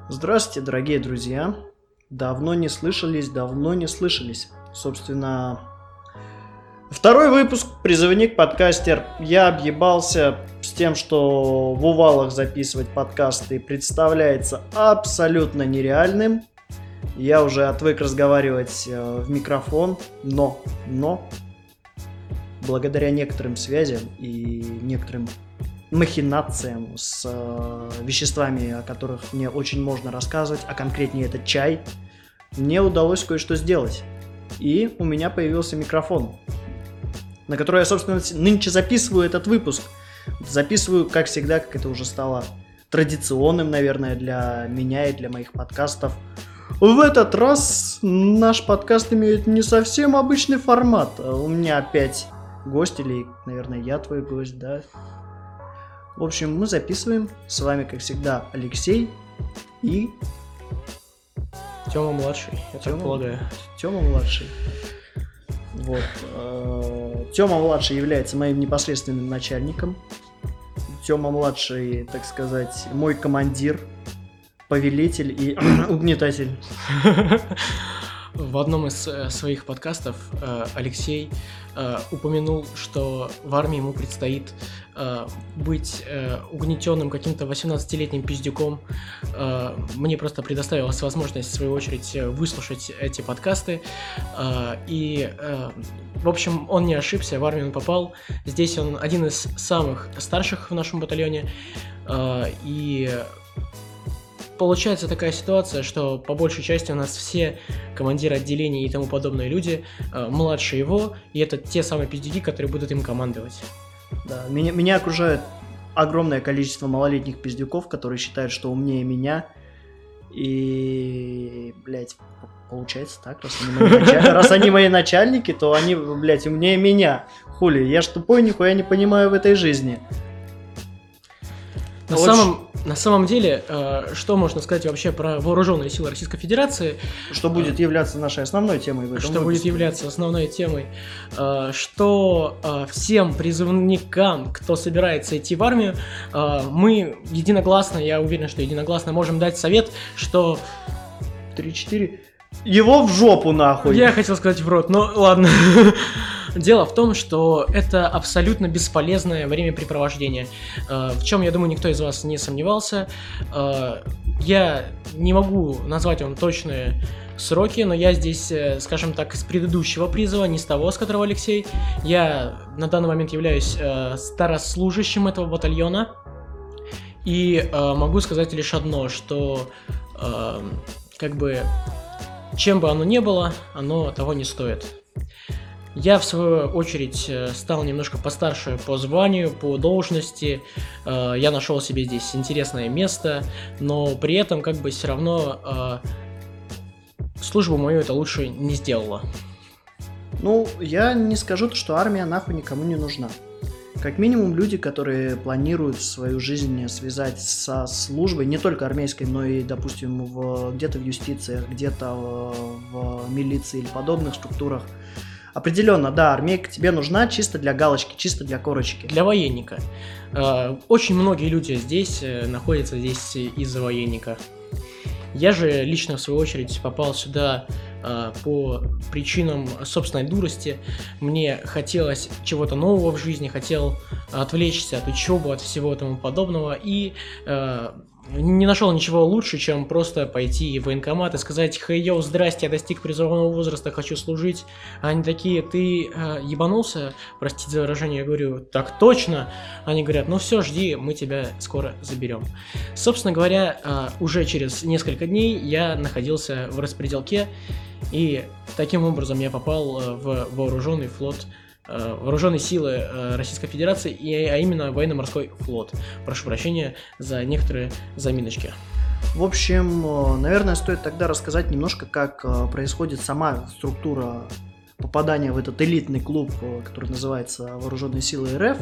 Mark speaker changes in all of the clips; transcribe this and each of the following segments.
Speaker 1: Здравствуйте, дорогие друзья. Давно не слышались. Собственно, второй выпуск «Призывник-подкастер». Я объебался с тем, что в Увалах записывать подкасты представляется абсолютно нереальным. Я уже отвык разговаривать в микрофон, но благодаря некоторым связям и некоторым махинациям с веществами, о которых мне очень можно рассказывать, а конкретнее это чай, мне удалось кое-что сделать. И у меня появился микрофон, на который я, собственно, нынче записываю этот выпуск. Записываю, как всегда, как это уже стало традиционным, наверное, для меня и для моих подкастов. В этот раз наш подкаст имеет не совсем обычный формат. У меня опять гость, или, наверное, я твой гость, да? В общем, мы записываем. С вами, как всегда, Алексей и...
Speaker 2: Тёма-младший, я так полагаю.
Speaker 1: Тёма-младший. Вот. Тёма-младший является моим непосредственным начальником. Тёма-младший, так сказать, мой командир, повелитель и угнетатель.
Speaker 2: В одном из своих подкастов Алексей упомянул, что в армии ему предстоит быть угнетенным каким-то 18-летним пиздюком. Мне просто предоставилась возможность, в свою очередь, выслушать эти подкасты. И, в общем, он не ошибся, в армию он попал. Здесь он один из самых старших в нашем батальоне. И... Получается такая ситуация, что по большей части у нас все командиры отделений и тому подобные люди младше его, и это те самые пиздюки, которые будут им командовать.
Speaker 1: Да, меня окружает огромное количество малолетних пиздюков, которые считают, что умнее меня. И, блядь, получается так, раз они мои начальники, то они, блядь, умнее меня. Хули, я ж тупой, нихуя не понимаю в этой жизни.
Speaker 2: На самом деле, что можно сказать вообще про вооруженные силы Российской Федерации?
Speaker 1: Что будет являться нашей основной темой в этом выпуске.
Speaker 2: Будет являться основной темой, что всем призывникам, кто собирается идти в армию, мы единогласно, я уверен, что единогласно можем дать совет, что...
Speaker 1: 3-4... Его в жопу, нахуй!
Speaker 2: Я хотел сказать в рот, но ладно. Дело в том, что это абсолютно бесполезное времяпрепровождение, в чем, я думаю, никто из вас не сомневался. Я не могу назвать вам точные сроки, но я здесь, скажем так, с предыдущего призыва, не с того, с которого Алексей. Я на данный момент являюсь старослужащим этого батальона, и могу сказать лишь одно, что чем бы оно ни было, оно того не стоит. Я, в свою очередь, стал немножко постарше по званию, по должности. Я нашел себе здесь интересное место, но при этом все равно службу мою это лучше не сделало.
Speaker 1: Ну, я не скажу, что армия нахуй никому не нужна. Как минимум, люди, которые планируют свою жизнь связать со службой, не только армейской, но и, допустим, где-то в юстициях, где-то в милиции или подобных структурах. Определенно, да, армейка тебе нужна чисто для галочки, чисто для корочки.
Speaker 2: Для военника. Очень многие люди здесь находятся здесь из-за военника. Я же лично, в свою очередь, попал сюда по причинам собственной дурости. Мне хотелось чего-то нового в жизни, хотел отвлечься от учебы, от всего тому подобного, и не нашел ничего лучше, чем просто пойти в военкомат и сказать: «Хей, йоу, здрасте, я достиг призывного возраста, хочу служить». А они такие: «Ты ебанулся?» Простите за выражение, я говорю: «Так точно». Они говорят: «Ну все, жди, мы тебя скоро заберем». Собственно говоря, уже через несколько дней я находился в распределке, и таким образом я попал в вооруженный флот, вооруженные силы Российской Федерации, а именно военно-морской флот. Прошу прощения за некоторые заминочки.
Speaker 1: В общем, наверное, стоит тогда рассказать немножко, как происходит сама структура попадания в этот элитный клуб, который называется Вооруженные силы РФ.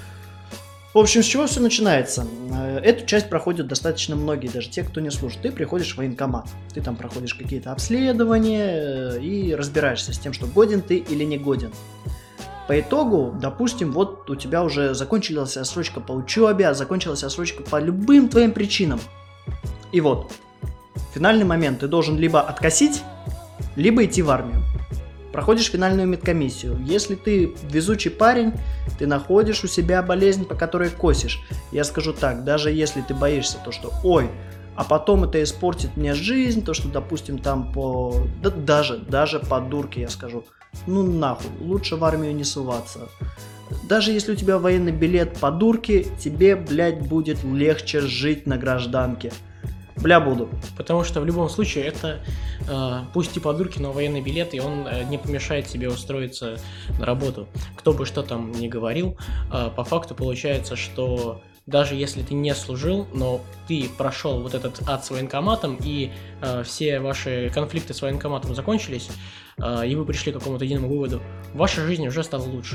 Speaker 1: В общем, с чего все начинается? Эту часть проходят достаточно многие, даже те, кто не служит. Ты приходишь в военкомат, ты там проходишь какие-то обследования и разбираешься с тем, что годен ты или не годен. По итогу, допустим, вот у тебя уже закончилась отсрочка по учебе, закончилась отсрочка по любым твоим причинам. И вот, финальный момент. Ты должен либо откосить, либо идти в армию. Проходишь финальную медкомиссию. Если ты везучий парень, ты находишь у себя болезнь, по которой косишь. Я скажу так, даже если ты боишься то, что ой, а потом это испортит мне жизнь, то, что, допустим, там даже по дурке я скажу, ну нахуй, лучше в армию не суваться. Даже если у тебя военный билет по дурке, тебе, блядь, будет легче жить на гражданке. Бля, буду.
Speaker 2: Потому что в любом случае это, пусть и по дурке, но военный билет, и он не помешает тебе устроиться на работу. Кто бы что там ни говорил, по факту получается, что даже если ты не служил, но ты прошел вот этот ад с военкоматом, и все ваши конфликты с военкоматом закончились, и вы пришли к какому-то единому выводу, ваша жизнь уже стала лучше.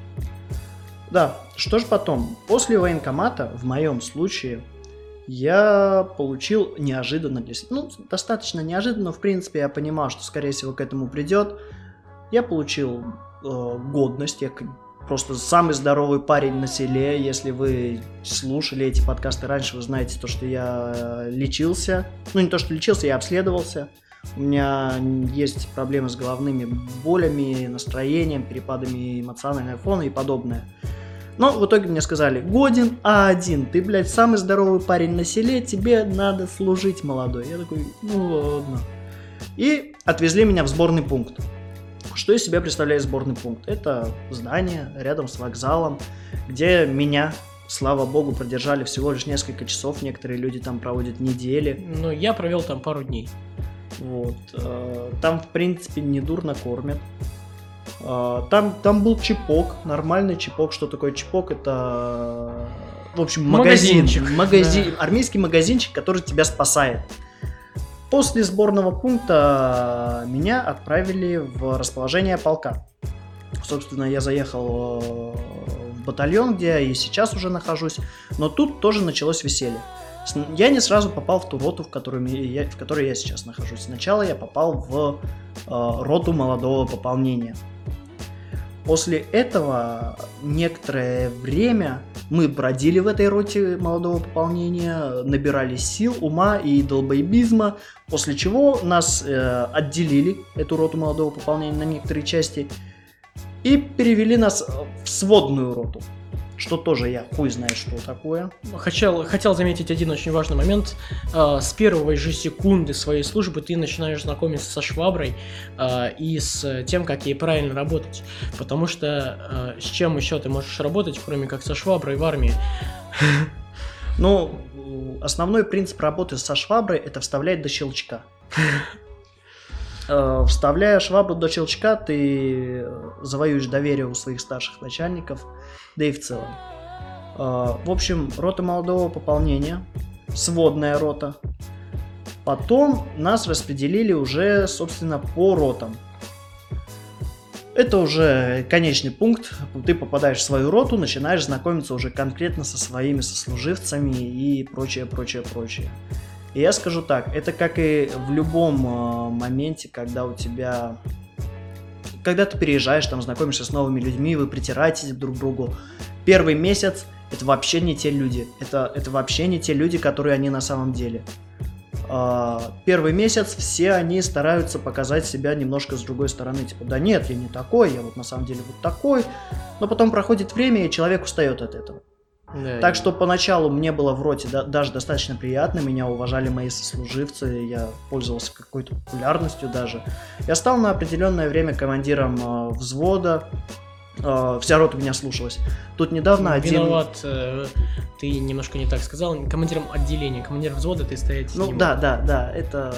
Speaker 1: Да, что ж потом? После военкомата, в моем случае, я получил неожиданно для себя, достаточно неожиданно, в принципе, я понимал, что, скорее всего, к этому придет. Я получил годность, я просто самый здоровый парень на селе. Если вы слушали эти подкасты раньше, вы знаете то, что я лечился. Не то, что лечился, я обследовался. У меня есть проблемы с головными болями, настроением, перепадами эмоционального фона и подобное. Но в итоге мне сказали, годен А1, ты, блядь, самый здоровый парень на селе, тебе надо служить, молодой. Я такой, ну ладно. И отвезли меня в сборный пункт. Что из себя представляет сборный пункт? Это здание рядом с вокзалом, где меня, слава богу, продержали всего лишь несколько часов. Некоторые люди там проводят недели.
Speaker 2: Ну, я провел там пару дней.
Speaker 1: Вот. Там, в принципе, недурно кормят. Там был чипок, нормальный чипок. Что такое чипок? Это, в общем, магазин, да. Армейский магазинчик, который тебя спасает. После сборного пункта меня отправили в расположение полка. Собственно, я заехал в батальон, где я и сейчас уже нахожусь, но тут тоже началось веселье. Я не сразу попал в ту роту, в которой я сейчас нахожусь. Сначала я попал в роту молодого пополнения. После этого некоторое время мы бродили в этой роте молодого пополнения, набирались сил, ума и долбоебизма, после чего нас отделили, эту роту молодого пополнения, на некоторые части и перевели нас в сводную роту. Что тоже я хуй знает, что такое.
Speaker 2: Хотел заметить один очень важный момент. С первой же секунды своей службы ты начинаешь знакомиться со шваброй и с тем, как ей правильно работать. Потому что с чем еще ты можешь работать, кроме как со шваброй в армии?
Speaker 1: Ну, основной принцип работы со шваброй – это вставлять до щелчка. Вставляя швабру до щелчка, ты завоюешь доверие у своих старших начальников, да и в целом. В общем, рота молодого пополнения, сводная рота. Потом нас распределили уже, собственно, по ротам. Это уже конечный пункт. Ты попадаешь в свою роту, начинаешь знакомиться уже конкретно со своими сослуживцами и прочее. И я скажу так, это как и в любом моменте, когда ты переезжаешь, там знакомишься с новыми людьми, вы притираетесь друг к другу. Первый месяц это вообще не те люди. Это вообще не те люди, которые они на самом деле. Первый месяц все они стараются показать себя немножко с другой стороны. Типа, да нет, я не такой, я вот на самом деле вот такой. Но потом проходит время, и человек устает от этого. Да, так что поначалу мне было в роте даже достаточно приятно, меня уважали мои сослуживцы, я пользовался какой-то популярностью даже. Я стал на определенное время командиром взвода, вся рота меня слушалась. Тут недавно
Speaker 2: Виноват, ты немножко не так сказал, командиром отделения, командир взвода ты стоять не мог.
Speaker 1: Да, это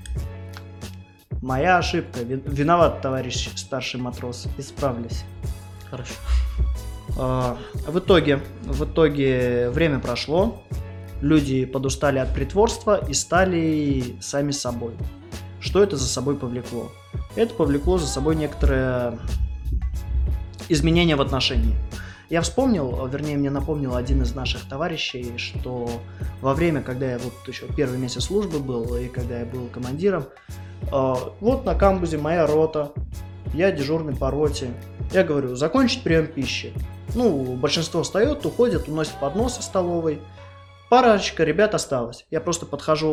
Speaker 1: моя ошибка, виноват, товарищ старший матрос, исправлюсь.
Speaker 2: Хорошо.
Speaker 1: В итоге время прошло, люди подустали от притворства и стали сами собой. Что это за собой повлекло? Это повлекло за собой некоторое изменение в отношении. Я вспомнил, вернее, мне напомнил один из наших товарищей, что во время, когда я вот еще первый месяц службы был, и когда я был командиром, вот на камбузе моя рота, я дежурный по роте, я говорю, закончить прием пищи. Большинство встает, уходит, уносит поднос из столовой. Парочка ребят осталось. Я просто подхожу.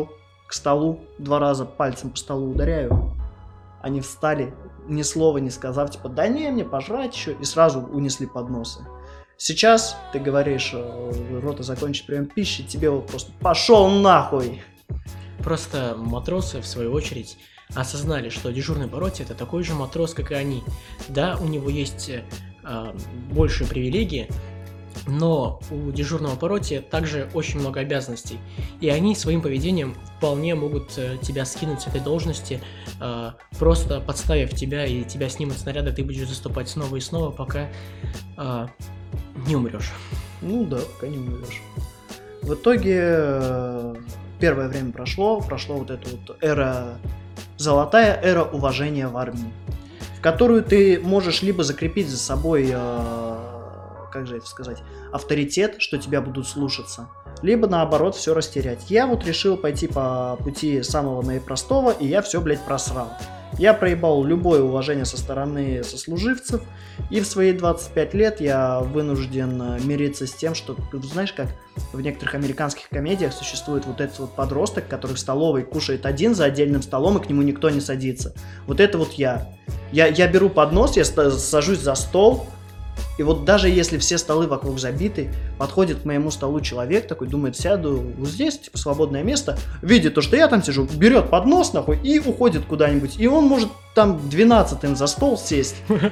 Speaker 1: к столу, 2 раза пальцем по столу ударяю. Они встали, ни слова не сказав, типа, да не, мне пожрать еще, и сразу унесли подносы. Сейчас ты говоришь, рота закончит прием пищи, тебе вот просто пошел нахуй.
Speaker 2: Просто матросы, в свою очередь, осознали, что дежурный по роте — это такой же матрос, как и они. Да, у него есть больше привилегий, но у дежурного по роте также очень много обязанностей. И они своим поведением вполне могут тебя скинуть с этой должности, просто подставив тебя, и тебя снимут снаряда, ты будешь заступать снова и снова, пока не умрешь.
Speaker 1: Ну да, пока не умрешь. В итоге первое время прошло вот эта вот золотая эра уважения в армии, в которую ты можешь либо закрепить за собой, как же это сказать, авторитет, что тебя будут слушаться, либо наоборот все растерять. Я вот решил пойти по пути самого наипростого, и я все, блядь, просрал. Я проебал любое уважение со стороны сослуживцев, и в свои 25 лет я вынужден мириться с тем, что, знаешь, как в некоторых американских комедиях существует вот этот вот подросток, который в столовой кушает один за отдельным столом, и к нему никто не садится. Вот это вот я. Я беру поднос, я сажусь за стол, и вот даже если все столы вокруг забиты, подходит к моему столу человек такой, думает, сяду вот здесь, типа, свободное место, видит то, что я там сижу, берет поднос, нахуй, и уходит куда-нибудь. И он может там 12-м за стол сесть.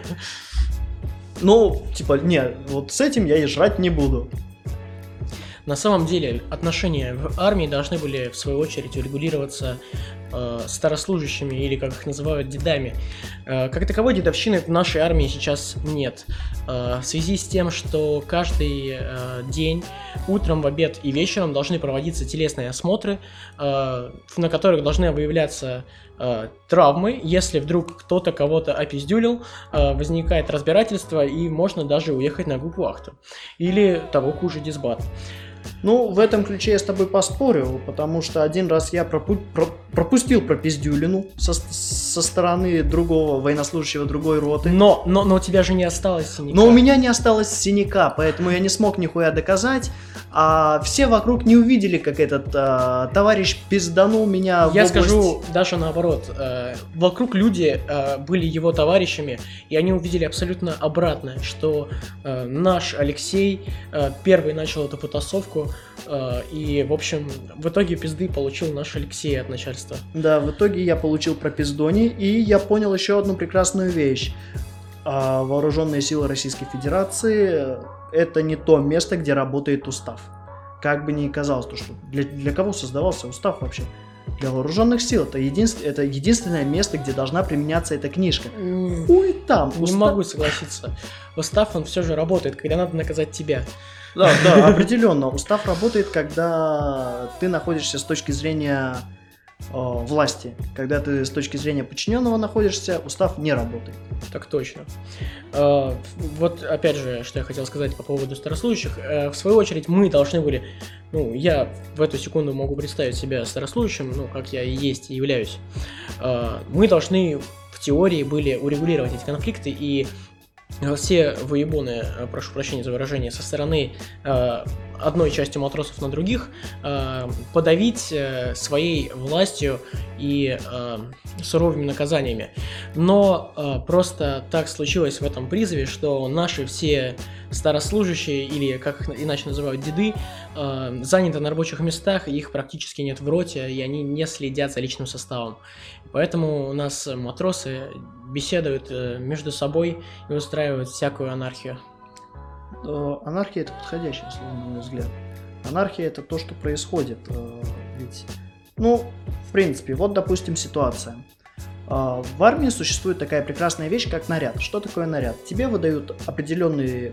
Speaker 1: Ну, типа, не, вот с этим я и жрать не буду.
Speaker 2: На самом деле, отношения в армии должны были, в свою очередь, урегулироваться старослужащими, или, как их называют, дедами. Как таковой дедовщины в нашей армии сейчас нет. В связи с тем, что каждый день, утром, в обед и вечером должны проводиться телесные осмотры, на которых должны выявляться травмы. Если вдруг кто-то кого-то опиздюлил, возникает разбирательство, и можно даже уехать на губвахту. Или того хуже, дисбат.
Speaker 1: Ну, в этом ключе я с тобой поспорил, потому что один раз я пропустил пропиздюлину со стороны другого военнослужащего другой роты.
Speaker 2: Но у тебя же не осталось синяка.
Speaker 1: Но у меня не осталось синяка, поэтому я не смог нихуя доказать, а все вокруг не увидели, как этот товарищ пизданул меня в область...
Speaker 2: Я скажу даже наоборот. Вокруг люди были его товарищами, и они увидели абсолютно обратное, что наш Алексей первый начал эту потасовку, и, в общем, в итоге пизды получил наш Алексей от начальства. Да,
Speaker 1: в итоге я получил пропиздони, и я понял еще одну прекрасную вещь. Вооруженные силы Российской Федерации — это не то место, где работает устав. Как бы ни казалось, то что для кого создавался устав вообще? Для вооруженных сил. Это единственное место, где должна применяться эта книжка. Хуй там.
Speaker 2: Не могу согласиться. Устав, он все же работает, когда надо наказать тебя.
Speaker 1: Да, определенно. Устав работает, когда ты находишься с точки зрения власти. Когда ты с точки зрения подчиненного находишься, устав не работает.
Speaker 2: Так точно. Вот опять же, что я хотел сказать по поводу старослужащих. В свою очередь, мы должны были, я в эту секунду могу представить себя старослужащим, как я и есть и являюсь. Мы должны в теории были урегулировать эти конфликты, и все выебоны, прошу прощения за выражение, со стороны одной части матросов на других подавить своей властью и суровыми наказаниями. Но просто так случилось в этом призыве, что наши все старослужащие, или как их иначе называют, деды, заняты на рабочих местах, их практически нет в роте, и они не следят за личным составом. Поэтому у нас матросы беседуют между собой и устраивают всякую анархию.
Speaker 1: Анархия — это подходящее слово, на мой взгляд. Анархия — это то, что происходит. Ведь, в принципе, вот, допустим, ситуация. В армии существует такая прекрасная вещь, как наряд. Что такое наряд? Тебе выдают определенный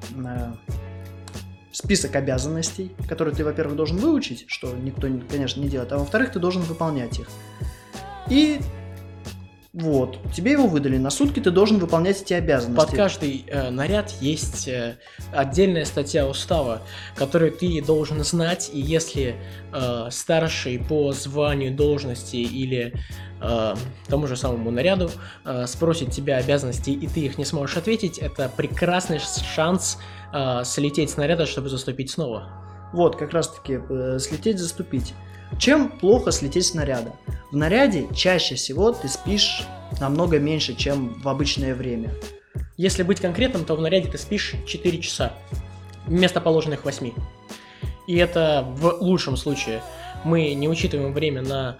Speaker 1: список обязанностей, которые ты, во-первых, должен выучить, что никто, конечно, не делает, а во-вторых, ты должен выполнять их. И вот, тебе его выдали, на сутки ты должен выполнять эти обязанности.
Speaker 2: Под каждый наряд есть отдельная статья устава, которую ты должен знать, и если старший по званию, должности или тому же самому наряду спросит тебя обязанности, и ты их не сможешь ответить, это прекрасный шанс слететь с наряда, чтобы заступить снова.
Speaker 1: Вот, как раз таки, слететь, заступить. Чем плохо слететь с наряда? В наряде чаще всего ты спишь намного меньше, чем в обычное время.
Speaker 2: Если быть конкретным, то в наряде ты спишь 4 часа вместо положенных 8. И это в лучшем случае. Мы не учитываем время на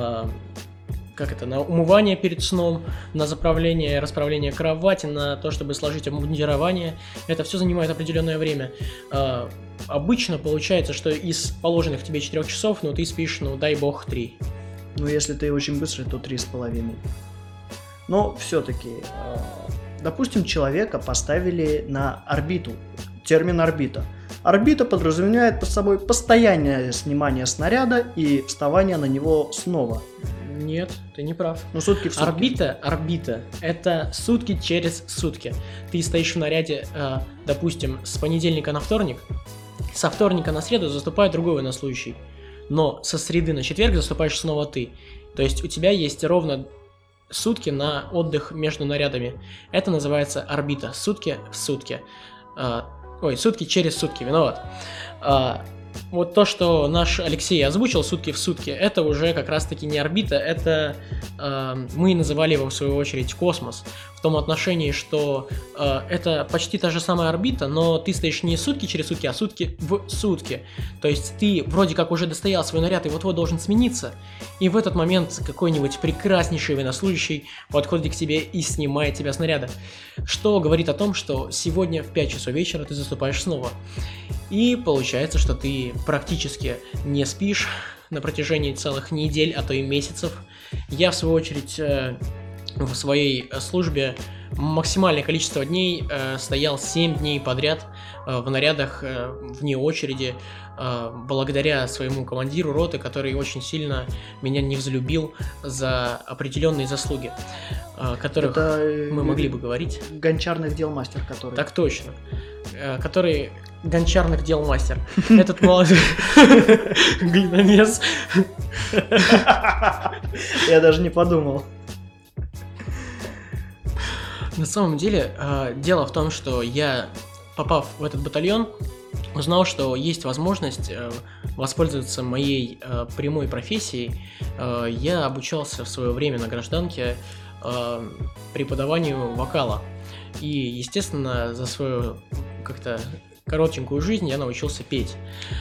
Speaker 2: на умывание перед сном, на заправление и расправление кровати, на то, чтобы сложить обмундирование. Это все занимает определенное время. Обычно получается, что из положенных тебе 4 часов, ты спишь, дай бог, 3.
Speaker 1: Если ты очень быстрый, то 3,5. Но все-таки, допустим, человека поставили на орбиту. Термин орбита. Орбита подразумевает под собой постоянное снимание снаряда и вставание на него снова.
Speaker 2: Нет, ты не прав.
Speaker 1: Сутки в сутки.
Speaker 2: Орбита – это сутки через сутки. Ты стоишь в наряде, допустим, с понедельника на вторник, со вторника на среду заступает другой военнослужащий, но со среды на четверг заступаешь снова ты. То есть у тебя есть ровно сутки на отдых между нарядами. Это называется орбита. Сутки в сутки. Сутки через сутки, виноват. Вот то, что наш Алексей озвучил, сутки в сутки, это уже как раз-таки не орбита, это мы называли его в свою очередь космос. В том отношении, что это почти та же самая орбита, но ты стоишь не сутки через сутки, а сутки в сутки. То есть ты вроде как уже достоял свой наряд и вот-вот должен смениться. И в этот момент какой-нибудь прекраснейший военнослужащий подходит к тебе и снимает тебя с наряда. Что говорит о том, что сегодня в 5 часов вечера ты заступаешь снова. И получается, что ты практически не спишь на протяжении целых недель, а то и месяцев. Я, в свою очередь, в своей службе максимальное количество дней стоял 7 дней подряд в нарядах вне очереди, благодаря своему командиру роты, который очень сильно меня не взлюбил за определенные заслуги, о которых мы могли бы говорить.
Speaker 1: Гончарных дел мастер, который.
Speaker 2: Так точно. Который гончарных дел мастер. Этот молодой глиномес.
Speaker 1: Я даже не подумал.
Speaker 2: На самом деле, дело в том, что я, попав в этот батальон, узнал, что есть возможность воспользоваться моей прямой профессией. Я обучался в свое время на гражданке преподаванию вокала. И, естественно, за свою коротенькую жизнь я научился петь.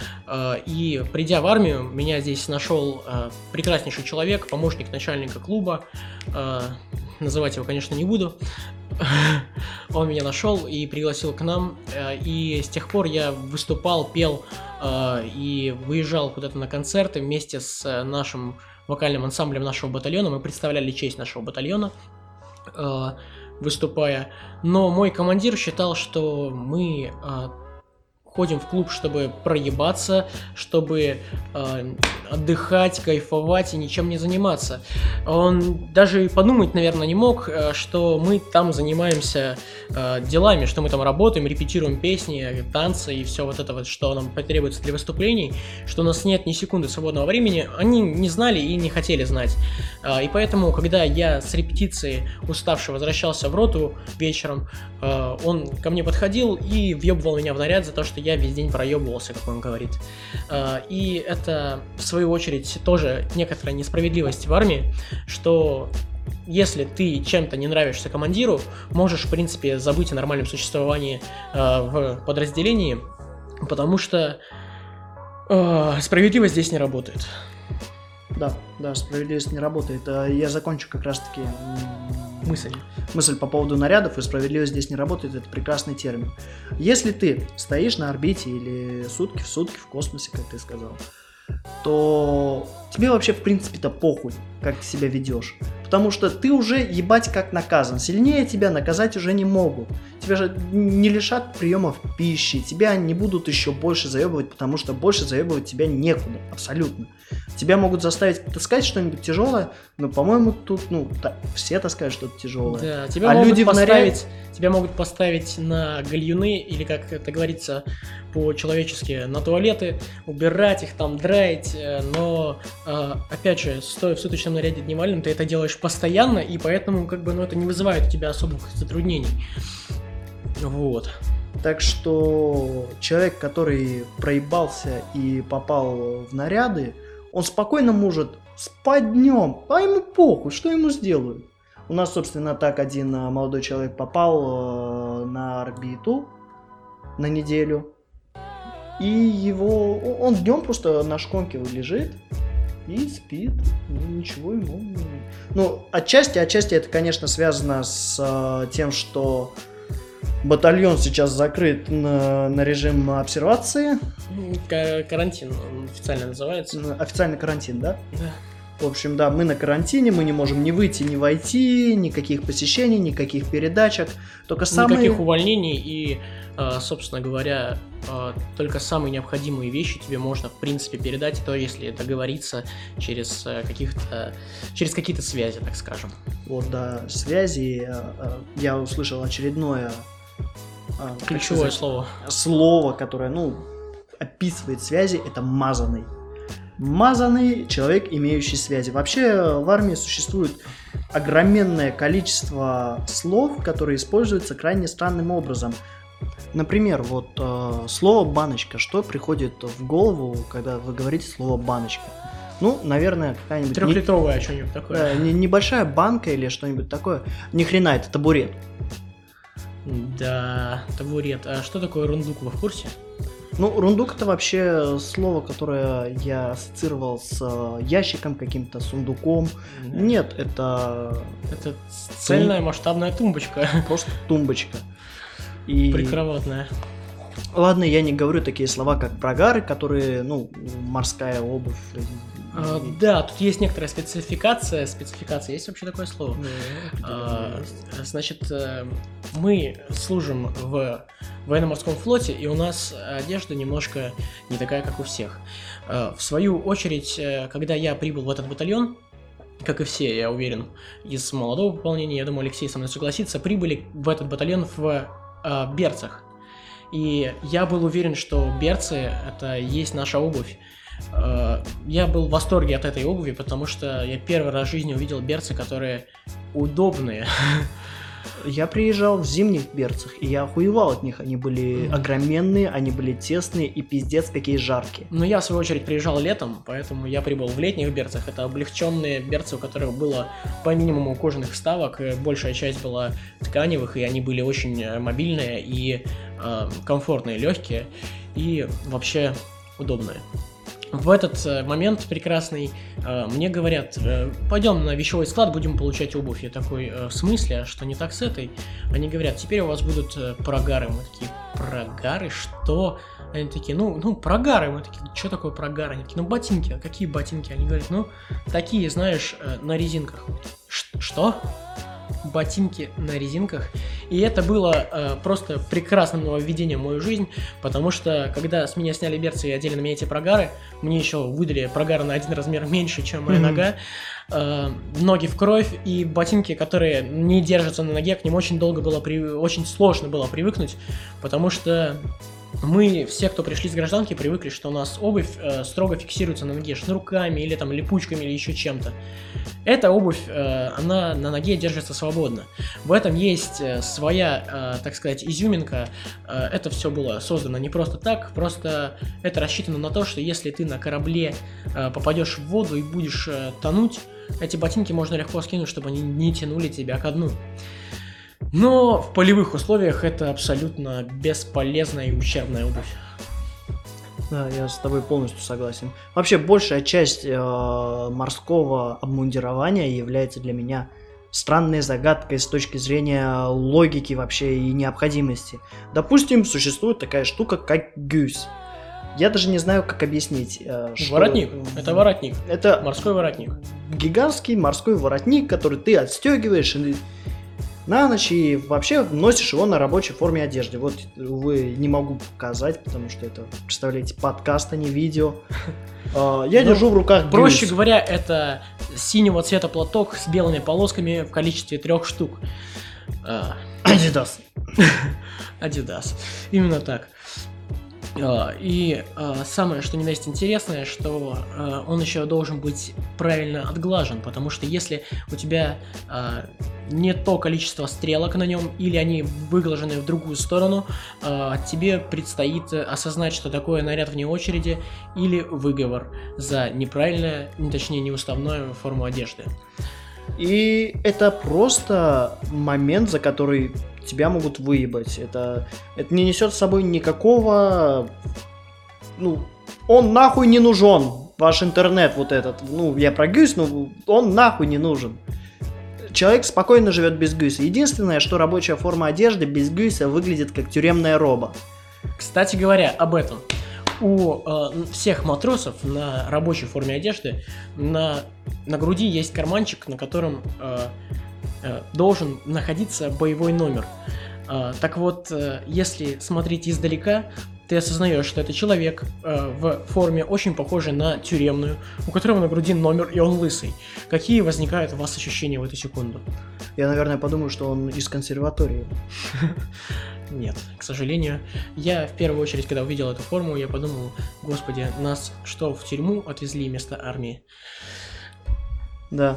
Speaker 2: И придя в армию, меня здесь нашел прекраснейший человек, помощник начальника клуба. Называть его, конечно, не буду. Он меня нашел и пригласил к нам. И с тех пор я выступал, пел и выезжал куда-то на концерты вместе с нашим вокальным ансамблем нашего батальона. Мы представляли честь нашего батальона, выступая. Но мой командир считал, что мы ходим в клуб, чтобы проебаться, чтобы отдыхать, кайфовать и ничем не заниматься. Он даже и подумать, наверное, не мог, что мы там занимаемся делами, что мы там работаем, репетируем песни, танцы и все вот это вот, что нам потребуется для выступлений, что у нас нет ни секунды свободного времени. Они не знали и не хотели знать. И поэтому, когда я с репетиции уставший возвращался в роту вечером, он ко мне подходил и въебывал меня в наряд за то, что я весь день проебывался, как он говорит. И это, в свою очередь, тоже некоторая несправедливость в армии, что если ты чем-то не нравишься командиру, можешь, в принципе, забыть о нормальном существовании в подразделении, потому что справедливость здесь не работает.
Speaker 1: Да, справедливость не работает. Я закончу как раз-таки мысль по поводу нарядов, и справедливость здесь не работает, это прекрасный термин. Если ты стоишь на орбите или сутки в сутки в космосе, как ты сказал, то тебе вообще в принципе-то похуй, как ты себя ведешь. Потому что ты уже ебать как наказан. Сильнее тебя наказать уже не могут. Тебя же не лишат приемов пищи, тебя не будут еще больше заебывать, потому что больше заебывать тебя некуда, абсолютно. Тебя могут заставить таскать что-нибудь тяжелое, но, по-моему, тут, все таскают что-то тяжелое.
Speaker 2: Да, тебя могут поставить на гальюны, или, как это говорится по-человечески, на туалеты, убирать их там, драить, но, опять же, стоя в суточном наряде дневальном, ты это делаешь постоянно, и поэтому, это не вызывает у тебя особых затруднений. Вот.
Speaker 1: Так что человек, который проебался и попал в наряды, Он спокойно может спать днем, а ему похуй, что ему сделают. У нас, собственно, так один молодой человек попал на орбиту на неделю. И он днем просто на шконке лежит и спит. Ничего ему не... Отчасти это, конечно, связано с тем, что батальон сейчас закрыт на режим обсервации.
Speaker 2: Карантин он официально называется.
Speaker 1: Официальный карантин, да?
Speaker 2: Да.
Speaker 1: В общем, да, мы на карантине, мы не можем ни выйти, ни войти, никаких посещений, никаких передачек, только
Speaker 2: никаких увольнений и, собственно говоря, только самые необходимые вещи тебе можно, в принципе, передать, то если договориться через какие-то связи, так скажем.
Speaker 1: Вот, да, связи. Я услышал очередное
Speaker 2: ключевое слово.
Speaker 1: Слово, которое, описывает связи, это мазанный. Мазанный человек, имеющий связи. Вообще в армии существует огроменное количество слов, которые используются крайне странным образом. Например, слово «баночка». Что приходит в голову, когда вы говорите слово «баночка»? Наверное, какая-нибудь...
Speaker 2: 3-литровая, что-нибудь такое.
Speaker 1: Да, небольшая банка или что-нибудь такое. Ни хрена, это табурет.
Speaker 2: Да, табурет. А что такое рундук, вы в курсе?
Speaker 1: Рундук — это вообще слово, которое я ассоциировал с ящиком каким-то, сундуком. Да. Нет, это...
Speaker 2: Это цельная масштабная тумбочка.
Speaker 1: Просто тумбочка.
Speaker 2: Прикроватная.
Speaker 1: Ладно, я не говорю такие слова, как прогары, которые, морская обувь.
Speaker 2: Да, тут есть некоторая спецификация. Есть вообще такое слово? Значит, мы служим в военно-морском флоте, и у нас одежда немножко не такая, как у всех. В свою очередь, когда я прибыл в этот батальон, как и все, я уверен, из молодого пополнения, я думаю, Алексей со мной согласится, прибыли в этот батальон в берцах. И я был уверен, что берцы — это и есть наша обувь. Я был в восторге от этой обуви, потому что я первый раз в жизни увидел берцы, которые удобные.
Speaker 1: Я приезжал в зимних берцах, и я охуевал от них. Они были огроменные, они были тесные и пиздец какие жаркие.
Speaker 2: Но я, в свою очередь, приезжал летом, поэтому я прибыл в летних берцах. Это облегченные берцы, у которых было по минимуму кожаных вставок, большая часть была тканевых, и они были очень мобильные и комфортные, легкие и вообще удобные. В этот момент прекрасный мне говорят: пойдем на вещевой склад, будем получать обувь. Я такой: в смысле, что не так с этой? Они говорят: теперь у вас будут прогары. Мы такие: прогары? Что? Они такие: прогары. Мы такие: что такое прогары? Они такие: ботинки. А какие ботинки? Они говорят: такие, знаешь, на резинках. Что? Ботинки на резинках. И это было просто прекрасным нововведением в мою жизнь, потому что когда с меня сняли берцы и одели на меня эти прогары, мне еще выдали прогары на 1 размер меньше, чем моя нога, ноги в кровь, и ботинки, которые не держатся на ноге, к ним очень сложно было привыкнуть, потому что мы, все, кто пришли с гражданки, привыкли, что у нас обувь строго фиксируется на ноге шнурками или там липучками или еще чем-то. Эта обувь, она на ноге держится свободно. В этом есть своя, так сказать, изюминка. Это все было создано не просто так, просто это рассчитано на то, что если ты на корабле попадешь в воду и будешь тонуть, эти ботинки можно легко скинуть, чтобы они не тянули тебя ко дну. Но в полевых условиях это абсолютно бесполезная и ущербная обувь.
Speaker 1: Да, я с тобой полностью согласен. Вообще, большая часть морского обмундирования является для меня странной загадкой с точки зрения логики вообще и необходимости. Допустим, существует такая штука, как гюсь. Я даже не знаю, как объяснить.
Speaker 2: Воротник. Это воротник.
Speaker 1: Это
Speaker 2: морской воротник.
Speaker 1: Гигантский морской воротник, который ты отстегиваешь на ночь и вообще носишь его на рабочей форме одежды. Вот, увы, не могу показать, потому что это, представляете, подкаст, а не видео. Я держу в руках гюсь.
Speaker 2: Проще говоря, это синего цвета платок с белыми полосками в количестве 3 штук.
Speaker 1: Adidas.
Speaker 2: Adidas. Именно так. Самое, что не есть интересное, что он еще должен быть правильно отглажен, потому что если у тебя не то количество стрелок на нем, или они выглажены в другую сторону, тебе предстоит осознать, что такое наряд вне очереди или выговор за неправильную, точнее неуставную форму одежды.
Speaker 1: И это просто момент, за который тебя могут выебать. Это не несет с собой никакого... он нахуй не нужен. Ваш интернет вот этот. Я про гюйс, но он нахуй не нужен. Человек спокойно живет без гюйса. Единственное, что рабочая форма одежды без гюйса выглядит как тюремная роба.
Speaker 2: Кстати говоря, об этом. У всех матросов на рабочей форме одежды на груди есть карманчик, на котором должен находиться боевой номер. Так вот, если смотреть издалека, ты осознаешь, что это человек в форме очень похожей на тюремную, у которого на груди номер, и он лысый. Какие возникают у вас ощущения в эту секунду?
Speaker 1: Я, наверное, подумаю, что он из консерватории.
Speaker 2: Нет, к сожалению. Я в первую очередь, когда увидел эту форму, я подумал, господи, нас что, в тюрьму отвезли вместо армии?
Speaker 1: Да.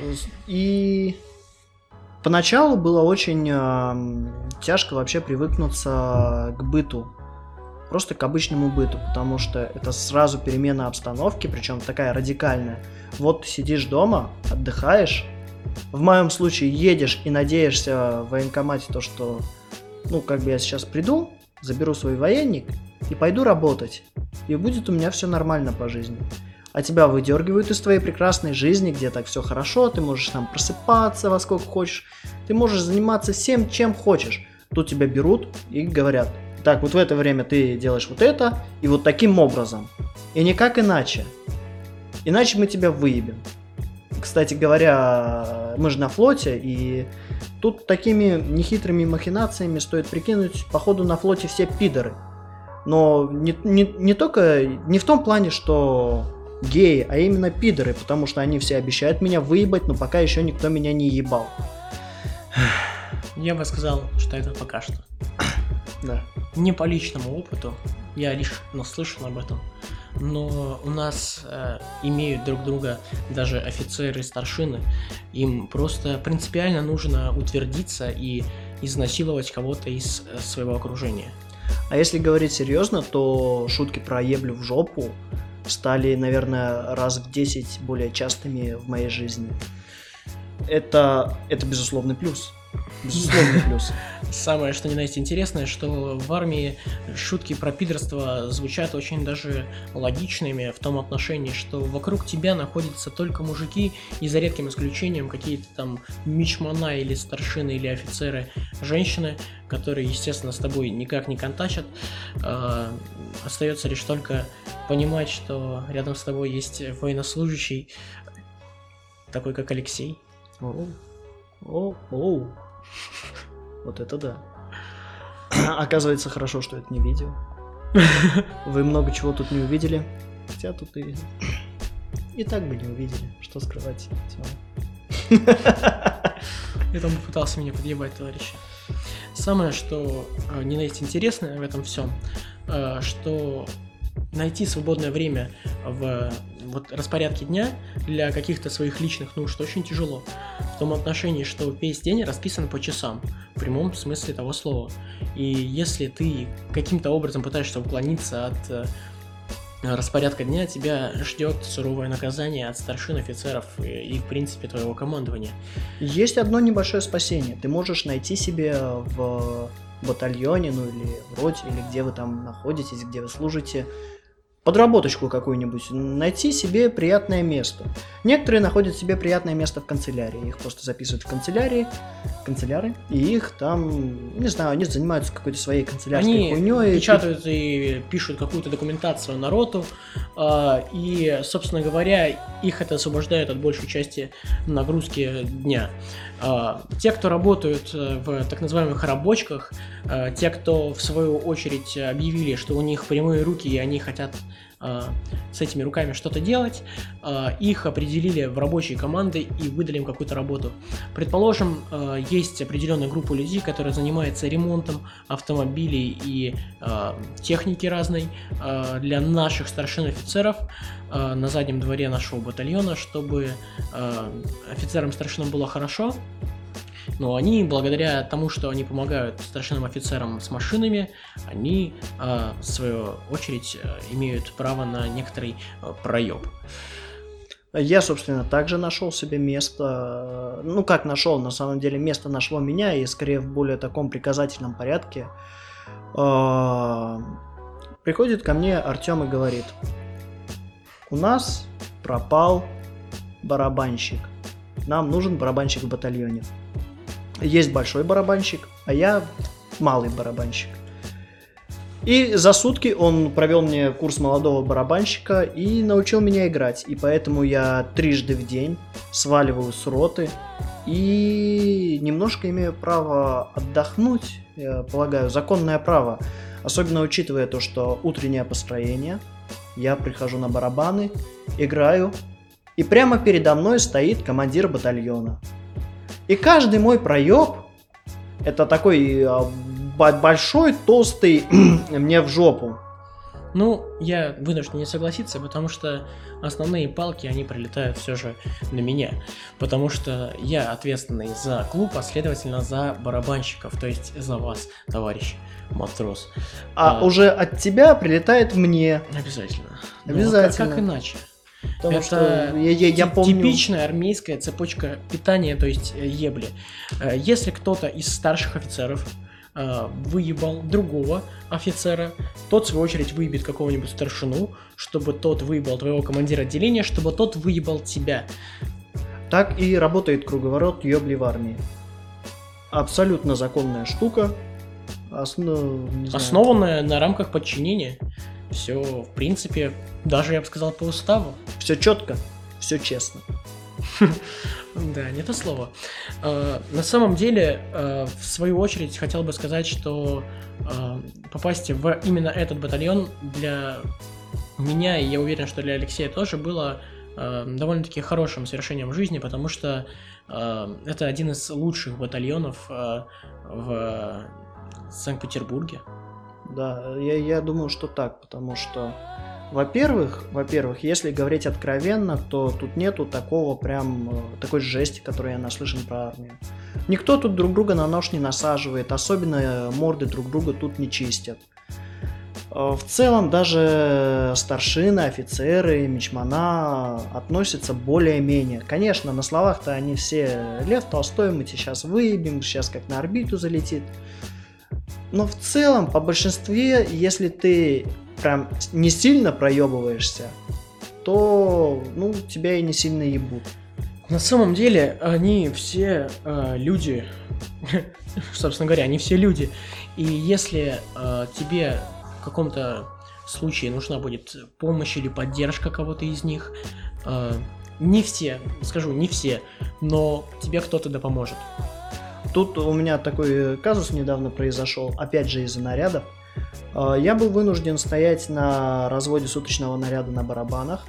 Speaker 1: И поначалу было очень тяжко вообще привыкнуться к быту. Просто к обычному быту, потому что это сразу перемена обстановки, причем такая радикальная. Вот ты сидишь дома, отдыхаешь, в моем случае едешь и надеешься в военкомате то, что я сейчас приду, заберу свой военник и пойду работать. И будет у меня все нормально по жизни. А тебя выдергивают из твоей прекрасной жизни, где так все хорошо, ты можешь там просыпаться во сколько хочешь, ты можешь заниматься всем, чем хочешь. Тут тебя берут и говорят: так, вот в это время ты делаешь вот это и вот таким образом. И никак иначе. Иначе мы тебя выебем. Кстати говоря, мы же на флоте, и тут такими нехитрыми махинациями стоит прикинуть, походу на флоте все пидоры. Но не только, не в том плане, что геи, а именно пидоры, потому что они все обещают меня выебать, но пока еще никто меня не ебал.
Speaker 2: Я бы сказал, что это пока что.
Speaker 1: Да.
Speaker 2: Не по личному опыту, я лишь наслышан об этом, но у нас имеют друг друга даже офицеры и старшины. Им просто принципиально нужно утвердиться и изнасиловать кого-то из своего окружения.
Speaker 1: А если говорить серьезно, то шутки про еблю в жопу стали, наверное, раз в 10 более частыми в моей жизни. Это безусловный плюс. Безусловный плюс.
Speaker 2: Самое, что ни на есть интересное, что в армии шутки про пидорство звучат очень даже логичными в том отношении, что вокруг тебя находятся только мужики, и за редким исключением какие-то там мичмана или старшины или офицеры, женщины, которые, естественно, с тобой никак не контачат. Остается лишь только понимать, что рядом с тобой есть военнослужащий, такой как Алексей.
Speaker 1: Оу. Вот это да. Оказывается, хорошо, что это не видео. Вы много чего тут не увидели. Хотя тут и так бы не увидели. Что скрывать?
Speaker 2: Это он попытался меня подъебать, товарищи. Самое, что не на есть интересное в этом всем, что найти свободное время в распорядке дня для каких-то своих личных нужд очень тяжело. В том отношении, что весь день расписан по часам, в прямом смысле того слова. И если ты каким-то образом пытаешься уклониться от распорядка дня, тебя ждет суровое наказание от старшин, офицеров и в принципе, твоего командования.
Speaker 1: Есть одно небольшое спасение. Ты можешь найти себе в батальоне, или в роте, или где вы там находитесь, где вы служите, подработочку какую-нибудь, найти себе приятное место. Некоторые находят себе приятное место в канцелярии, их просто записывают в канцеляры, и их там, не знаю, они занимаются какой-то своей канцелярской хуйней.
Speaker 2: Они печатают и пишут какую-то документацию на роту, и, собственно говоря, их это освобождает от большей части нагрузки дня. Те, кто работают в так называемых рабочках, те, кто в свою очередь объявили, что у них прямые руки и они хотят с этими руками что-то делать, их определили в рабочие команды и выдали им какую-то работу. Предположим, есть определенная группа людей, которая занимается ремонтом автомобилей и техники разной для наших старшин-офицеров на заднем дворе нашего батальона, чтобы офицерам-старшинам было хорошо. Но они, благодаря тому, что они помогают старшинным офицерам с машинами, они, в свою очередь, имеют право на некоторый проеб.
Speaker 1: Я, собственно, также нашел себе место. Ну, как нашел, на самом деле, место нашло меня, и скорее в более таком приказательном порядке. Приходит ко мне Артем и говорит: у нас пропал барабанщик. Нам нужен барабанщик в батальоне. Есть большой барабанщик, а я малый барабанщик. И за сутки он провел мне курс молодого барабанщика и научил меня играть. И поэтому я трижды в день сваливаю с роты и немножко имею право отдохнуть, я полагаю, законное право. Особенно учитывая то, что утреннее построение, я прихожу на барабаны, играю, и прямо передо мной стоит командир батальона. И каждый мой проеб — это такой большой, толстый мне в жопу.
Speaker 2: Ну, я вынужден не согласиться, потому что основные палки, они прилетают все же на меня. Потому что я ответственный за клуб, а следовательно за барабанщиков, то есть за вас, товарищ матрос.
Speaker 1: Уже от тебя прилетает мне.
Speaker 2: Обязательно.
Speaker 1: Обязательно.
Speaker 2: Ну, как иначе?
Speaker 1: Потому
Speaker 2: это
Speaker 1: что я помню...
Speaker 2: типичная армейская цепочка питания, то есть ебли. Если кто-то из старших офицеров выебал другого офицера, тот, в свою очередь, выебет какого-нибудь старшину, чтобы тот выебал твоего командира отделения, чтобы тот выебал тебя.
Speaker 1: Так и работает круговорот ебли в армии. Абсолютно законная штука.
Speaker 2: Основанная на рамках подчинения. Все, в принципе, даже, я бы сказал, по уставу.
Speaker 1: Все четко, все честно.
Speaker 2: Да, не то слово. На самом деле, в свою очередь, хотел бы сказать, что попасть в именно этот батальон для меня, и я уверен, что для Алексея тоже, было довольно-таки хорошим совершением жизни, потому что это один из лучших батальонов в Санкт-Петербурге.
Speaker 1: Да, я думаю, что так, потому что, во-первых, если говорить откровенно, то тут нету такой жести, которую я наслышан про армию. Никто тут друг друга на нож не насаживает, особенно морды друг друга тут не чистят. В целом даже старшины, офицеры, мичмана относятся более-менее. Конечно, на словах-то они все: Лев Толстой, мы тебя сейчас выебем, сейчас как на орбиту залетит. Но в целом, по большинстве, если ты прям не сильно проебываешься, то, тебя и не сильно ебут.
Speaker 2: На самом деле, они все люди, собственно говоря, они все люди. И если тебе в каком-то случае нужна будет помощь или поддержка кого-то из них, не все, но тебе кто-то да поможет.
Speaker 1: Тут у меня такой казус недавно произошел, опять же из-за нарядов. Я был вынужден стоять на разводе суточного наряда на барабанах,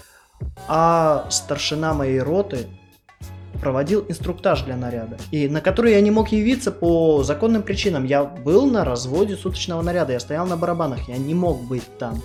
Speaker 1: а старшина моей роты проводил инструктаж для наряда, и на который я не мог явиться по законным причинам. Я был на разводе суточного наряда, я стоял на барабанах, я не мог быть там.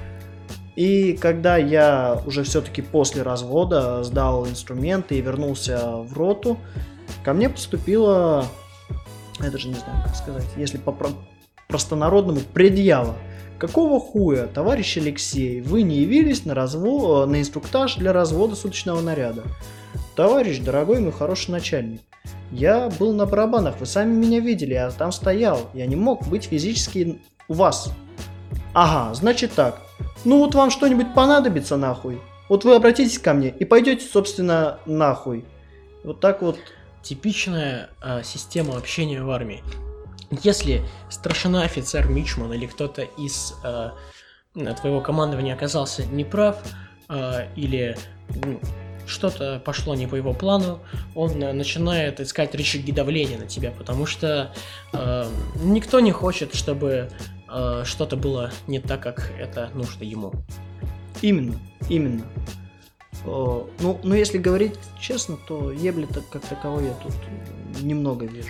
Speaker 1: И когда я уже все-таки после развода сдал инструменты и вернулся в роту, ко мне поступила, я даже не знаю, как сказать, если по-простонародному, предъява. Какого хуя, товарищ Алексей, вы не явились на инструктаж для развода суточного наряда? Товарищ, дорогой мой хороший начальник, я был на барабанах, вы сами меня видели, я там стоял, я не мог быть физически у вас. Ага, значит так, вот вам что-нибудь понадобится нахуй, вот вы обратитесь ко мне и пойдете, собственно, нахуй. Вот так вот.
Speaker 2: Типичная система общения в армии. Если старшина, офицер, мичман или кто-то из твоего командования оказался неправ или что-то пошло не по его плану, он начинает искать рычаги давления на тебя, потому что никто не хочет, чтобы что-то было не так, как это нужно ему.
Speaker 1: Именно. Ну, если говорить честно, то ебли как таковой я тут немного вижу.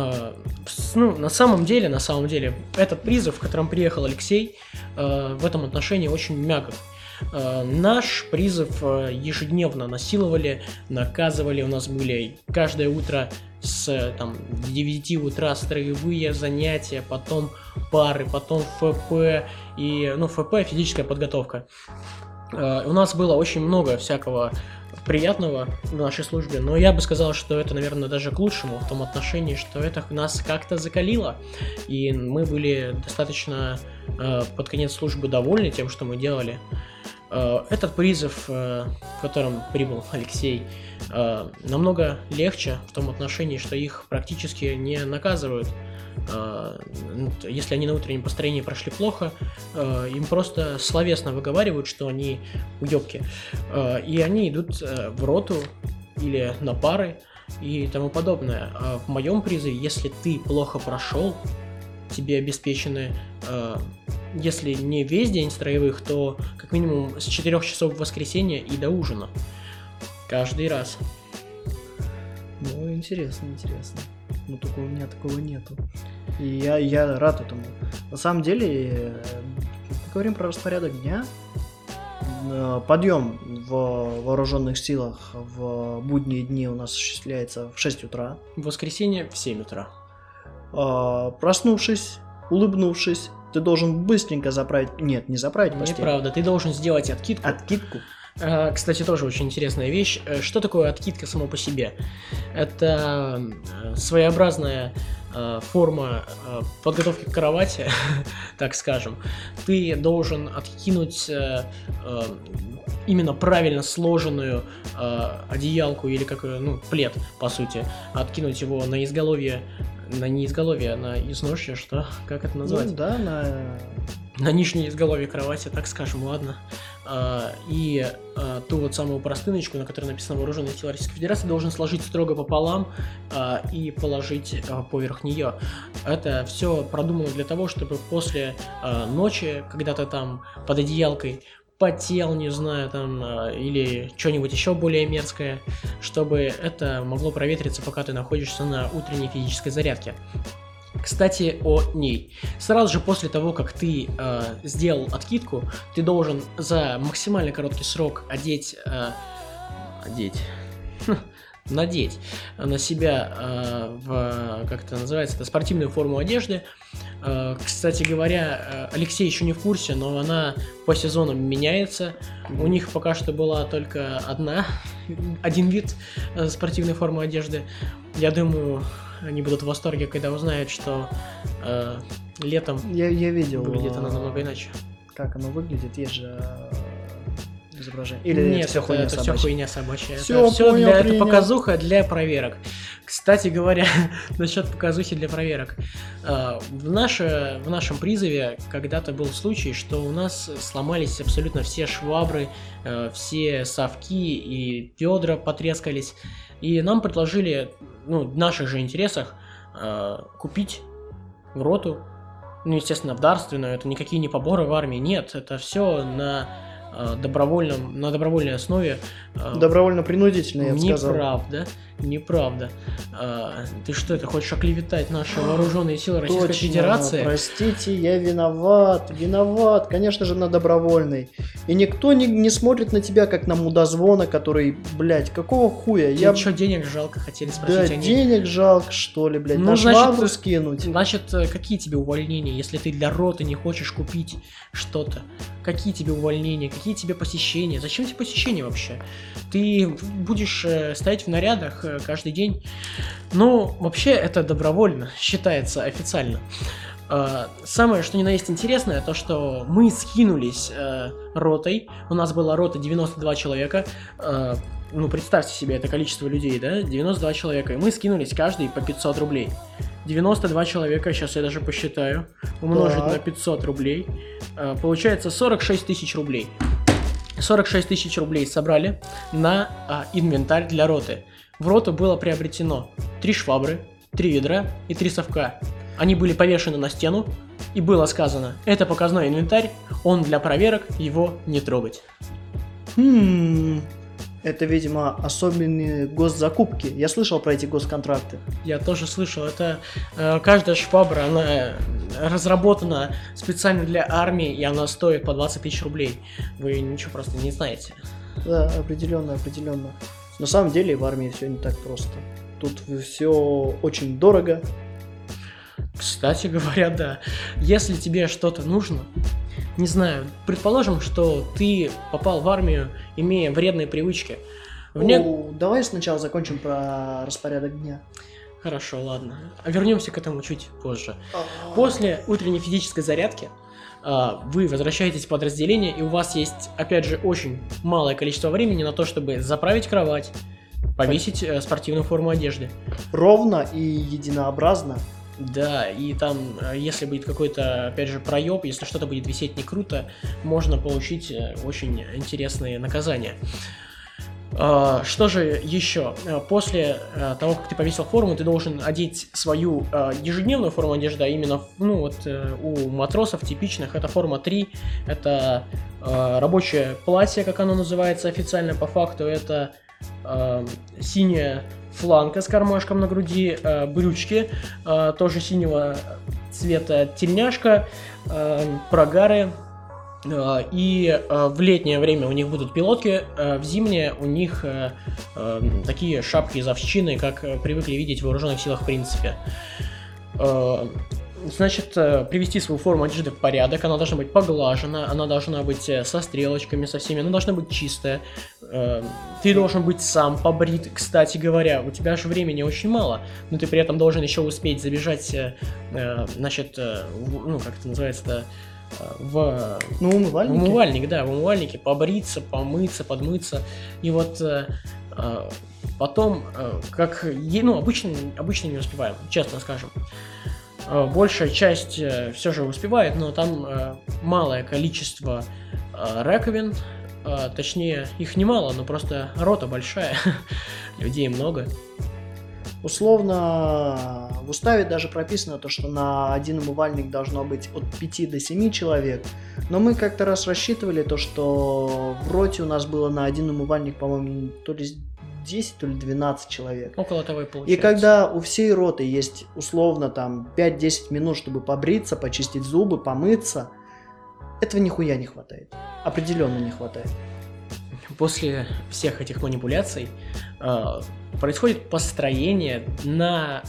Speaker 2: На самом деле, этот призыв, в котором приехал Алексей, в этом отношении очень мягок. Наш призыв ежедневно насиловали, наказывали. У нас были каждое утро с 9 утра строевые занятия, потом пары, потом ФП и ФП физическая подготовка. У нас было очень много всякого приятного в нашей службе, но я бы сказал, что это, наверное, даже к лучшему в том отношении, что это нас как-то закалило, и мы были достаточно под конец службы довольны тем, что мы делали. Этот призыв, в котором прибыл Алексей, намного легче в том отношении, что их практически не наказывают. Если они на утреннем построении прошли плохо, им просто словесно выговаривают, что они уёбки, и они идут в роту или на пары и тому подобное. А в моем призыве, если ты плохо прошел, тебе обеспечены, если не весь день строевых, то как минимум с 4 часов в воскресенье и до ужина. Каждый раз.
Speaker 1: Ну, интересно. Но только у меня такого нету. И я рад этому. На самом деле, говорим про распорядок дня. Подъем в вооруженных силах в будние дни у нас осуществляется в 6 утра.
Speaker 2: В воскресенье в 7 утра.
Speaker 1: Проснувшись, улыбнувшись, ты должен быстренько заправить... Нет, не заправить постель.
Speaker 2: Неправда, ты должен сделать откидку.
Speaker 1: Откидку?
Speaker 2: Кстати, тоже очень интересная вещь. Что такое откидка само по себе? Это своеобразная форма подготовки к кровати, так скажем. Ты должен откинуть именно правильно сложенную одеялку или плед, по сути, откинуть его на изголовье, не изголовье, а на изножье, что? Как это назвать?
Speaker 1: Ну да,
Speaker 2: на нижнее изголовье кровати, так скажем, ладно. И ту вот самую простыночку, на которой написано «Вооруженные силы Российской Федерации», должен сложить строго пополам и положить поверх нее. Это все продумано для того, чтобы после ночи, когда ты там под одеялкой потел, не знаю, или что-нибудь еще более мерзкое, чтобы это могло проветриться, пока ты находишься на утренней физической зарядке. Кстати, о ней. Сразу же после того, как ты сделал откидку, ты должен за максимально короткий срок надеть на себя как это называется, спортивную форму одежды. Кстати говоря, Алексей еще не в курсе, но она по сезонам меняется. У них пока что была только один вид спортивной формы одежды. Я думаю, они будут в восторге, когда узнают, что летом
Speaker 1: я видел,
Speaker 2: выглядит она намного иначе.
Speaker 1: Как оно выглядит, есть же изображение. Или
Speaker 2: нет, это все хуйня собачья.
Speaker 1: Это
Speaker 2: показуха для проверок. Кстати говоря, насчет показухи для проверок. В нашем призыве когда-то был случай, что у нас сломались абсолютно все швабры, все совки и ведра потрескались. И нам предложили, в наших же интересах, купить в роту, естественно, в дарственную. Это никакие не поборы в армии, нет, это все на добровольной основе.
Speaker 1: Добровольно-принудительно, я бы сказал.
Speaker 2: Неправда. Ты что, ты хочешь оклеветать наши вооруженные силы Российской Федерации?
Speaker 1: Простите, я виноват. Конечно же, на добровольной. И никто не смотрит на тебя, как на мудозвона, который, блядь, какого хуя?
Speaker 2: Тебе что, денег жалко, хотели спросить
Speaker 1: они? Да, денег жалко, что ли, блядь, на швабру скинуть.
Speaker 2: Значит, какие тебе увольнения, если ты для роты не хочешь купить что-то? Какие тебе увольнения, какие тебе посещения? Зачем тебе посещения вообще? Ты будешь стоять в нарядах каждый день. Вообще это добровольно, считается официально. Самое, что ни на есть интересное, то, что мы скинулись ротой. У нас была рота 92 человека. Представьте себе это количество людей, да? 92 человека. И мы скинулись каждый по 500 рублей. 92 человека, сейчас я даже посчитаю, умножить на 500 рублей. Получается 46 тысяч рублей. 46 тысяч рублей собрали на инвентарь для роты. В роту было приобретено 3 швабры, 3 ведра и 3 совка. Они были повешены на стену, и было сказано: это показной инвентарь, он для проверок, его не трогать.
Speaker 1: Это, видимо, особенные госзакупки. Я слышал про эти госконтракты.
Speaker 2: Я тоже слышал, это каждая швабра, она разработана специально для армии, и она стоит по 20 тысяч рублей. Вы ничего просто не знаете.
Speaker 1: Да, определенно. На самом деле в армии все не так просто. Тут все очень дорого.
Speaker 2: Кстати говоря, да. Если тебе что-то нужно, не знаю, предположим, что ты попал в армию, имея вредные привычки.
Speaker 1: Давай сначала закончим про распорядок дня.
Speaker 2: Хорошо, ладно. Вернемся к этому чуть позже. После утренней физической зарядки вы возвращаетесь в подразделение, и у вас есть, опять же, очень малое количество времени на то, чтобы заправить кровать, повесить спортивную форму одежды.
Speaker 1: Ровно и единообразно.
Speaker 2: Да, и там, если будет какой-то, опять же, проеб, если что-то будет висеть не круто, можно получить очень интересные наказания. Что же еще? После того, как ты повесил форму, ты должен одеть свою ежедневную форму одежды, а именно, у матросов типичных, это форма 3, это рабочее платье, как оно называется официально, по факту это синяя фланка с кармашком на груди, брючки тоже синего цвета, тельняшка, прогары. И в летнее время у них будут пилотки, в зимнее у них такие шапки из овчины, как привыкли видеть в вооруженных силах в принципе. Значит, привести свою форму одежды в порядок, она должна быть поглажена, она должна быть со стрелочками, со всеми, она должна быть чистая. Ты должен быть сам побрит, кстати говоря, у тебя же времени очень мало, но ты при этом должен еще успеть забежать, значит, как это называется-то, в умывальник, да, в умывальнике, побриться, помыться, подмыться, и вот потом, обычно не успеваем, честно скажем. Большая часть все же успевает, но там малое количество раковин, точнее, их немало, но просто рота большая, людей много.
Speaker 1: Условно, в уставе даже прописано то, что на один умывальник должно быть от 5 до 7 человек, но мы как-то раз рассчитывали то, что в роте у нас было на один умывальник, по-моему, то ли 10, то ли 12 человек.
Speaker 2: Около того и получается.
Speaker 1: И когда у всей роты есть условно там 5-10 минут, чтобы побриться, почистить зубы, помыться, этого нихуя не хватает. Определенно не хватает.
Speaker 2: После всех этих манипуляций происходит построение на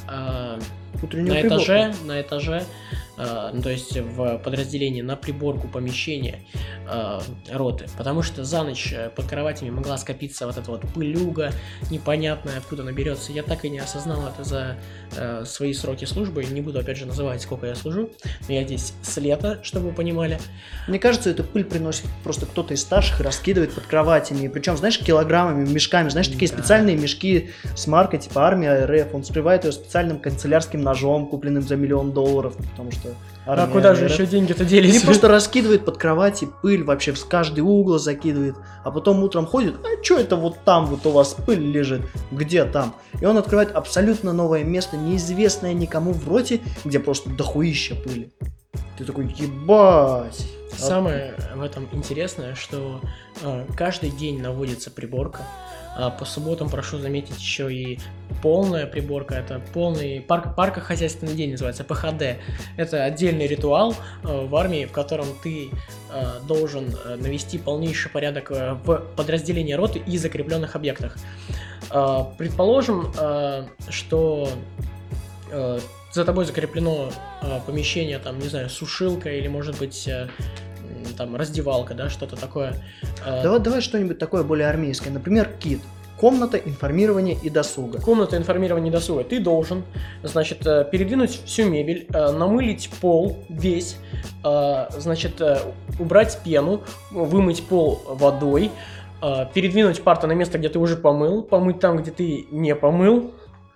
Speaker 2: этаже, то есть в подразделении на приборку помещения роты, потому что за ночь под кроватями могла скопиться вот эта вот пылюга непонятная, откуда наберется. Я так и не осознал это за свои сроки службы, не буду опять же называть, сколько я служу, но я здесь с лета, чтобы вы понимали.
Speaker 1: Мне кажется, эту пыль приносит просто кто-то из старших и раскидывает под кроватями, причем, знаешь, килограммами, мешками, знаешь, такие специальные мешки с маркой типа Армия РФ, он вскрывает ее специальным канцелярским ножом, купленным за $1 миллион, потому что
Speaker 2: Армия куда же еще деньги-то делись?
Speaker 1: И просто раскидывает под кровати пыль, вообще в каждый угол закидывает, а потом утром ходит: а что это вот там вот у вас пыль лежит, где там? И он открывает абсолютно новое место, неизвестное никому в роте, где просто дохуища пыли. Ты такой: ебать!
Speaker 2: Самое в этом интересное, что каждый день наводится приборка. По субботам, прошу заметить, еще и полная приборка, это полный паркохозяйственный день, называется ПХД. Это отдельный ритуал в армии, в котором ты должен навести полнейший порядок в подразделении роты и закрепленных объектах. Предположим, что за тобой закреплено помещение, там, не знаю, сушилка или, может быть, там, раздевалка, да, что-то такое.
Speaker 1: Давай что-нибудь такое более армейское. Например, КИД. Комната информирования и досуга.
Speaker 2: Комната информирования и досуга. Ты должен, значит, передвинуть всю мебель, намылить пол весь, значит, убрать пену, вымыть пол водой, передвинуть парты на место, где ты уже помыл, помыть там, где ты не помыл.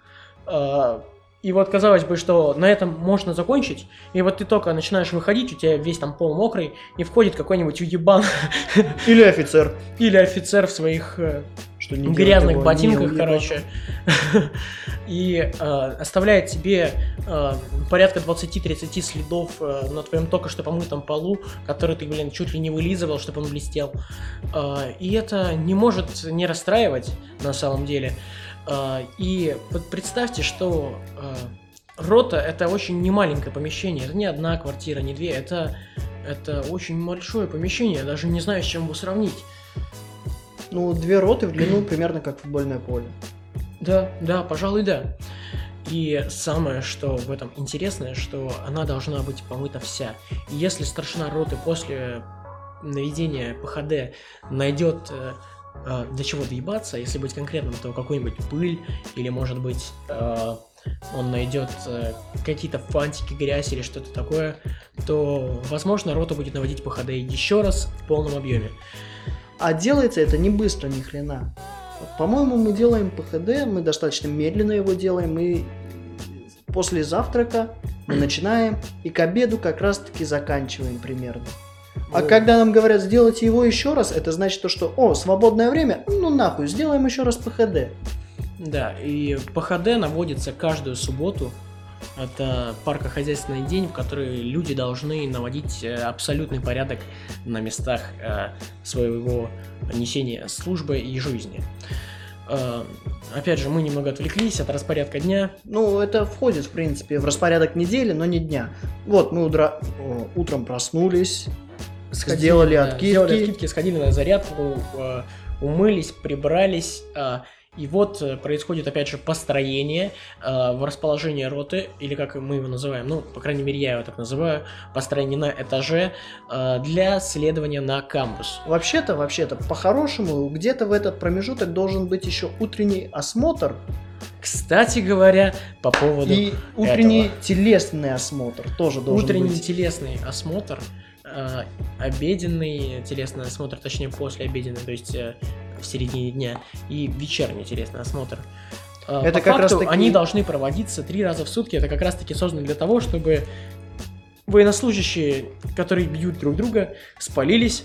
Speaker 2: И вот казалось бы, что на этом можно закончить, и вот ты только начинаешь выходить, у тебя весь там пол мокрый, и входит какой-нибудь уебан.
Speaker 1: Или офицер.
Speaker 2: Или офицер в своих
Speaker 1: что не
Speaker 2: в
Speaker 1: делать
Speaker 2: грязных
Speaker 1: его
Speaker 2: ботинках,
Speaker 1: не
Speaker 2: короче, и оставляет тебе порядка 20-30 следов на твоем только что помытом полу, который ты, блин, чуть ли не вылизывал, чтобы он блестел. И это не может не расстраивать на самом деле. И вот представьте, что рота — это очень немаленькое помещение, это не одна квартира, не две, это очень большое помещение, я даже не знаю, с чем его сравнить.
Speaker 1: Ну, 2 роты в длину примерно как футбольное поле.
Speaker 2: Да, пожалуй, да. И самое, что в этом интересное, что она должна быть помыта вся. И если старшина роты после наведения ПХД найдет до чего доебаться, если быть конкретным, то какую-нибудь пыль, или, может быть, он найдет какие-то фантики, грязь или что-то такое, то, возможно, рота будет наводить ПХД еще раз в полном объеме.
Speaker 1: А делается это не быстро, ни хрена. По-моему, мы делаем ПХД, мы достаточно медленно его делаем, и после завтрака мы начинаем, и к обеду как раз-таки заканчиваем примерно. А когда нам говорят, сделайте его еще раз, это значит то, что, свободное время, ну нахуй, сделаем еще раз ПХД.
Speaker 2: Да, и ПХД наводится каждую субботу. Это паркохозяйственный день, в который люди должны наводить абсолютный порядок на местах своего несения службы и жизни. Опять же, мы немного отвлеклись от распорядка дня.
Speaker 1: Ну, это входит, в принципе, в распорядок недели, но не дня. Вот, мы утром проснулись, сделали откидки,
Speaker 2: сходили на зарядку, умылись, прибрались. И вот происходит, опять же, построение в расположении роты, или как мы его называем, ну, по крайней мере, я его так называю, построение на этаже для следования на камбус.
Speaker 1: Вообще-то, по-хорошему, где-то в этот промежуток должен быть еще утренний осмотр.
Speaker 2: Кстати говоря, по поводу
Speaker 1: и утренний телесный осмотр тоже должен быть.
Speaker 2: Утренний телесный осмотр, обеденный телесный осмотр, точнее, послеобеденный, то есть в середине дня, и вечерний телесный осмотр.
Speaker 1: Это
Speaker 2: по
Speaker 1: как
Speaker 2: факту,
Speaker 1: раз таки...
Speaker 2: они должны проводиться 3 раза в сутки. Это как раз таки создано для того, чтобы военнослужащие, которые бьют друг друга, спалились,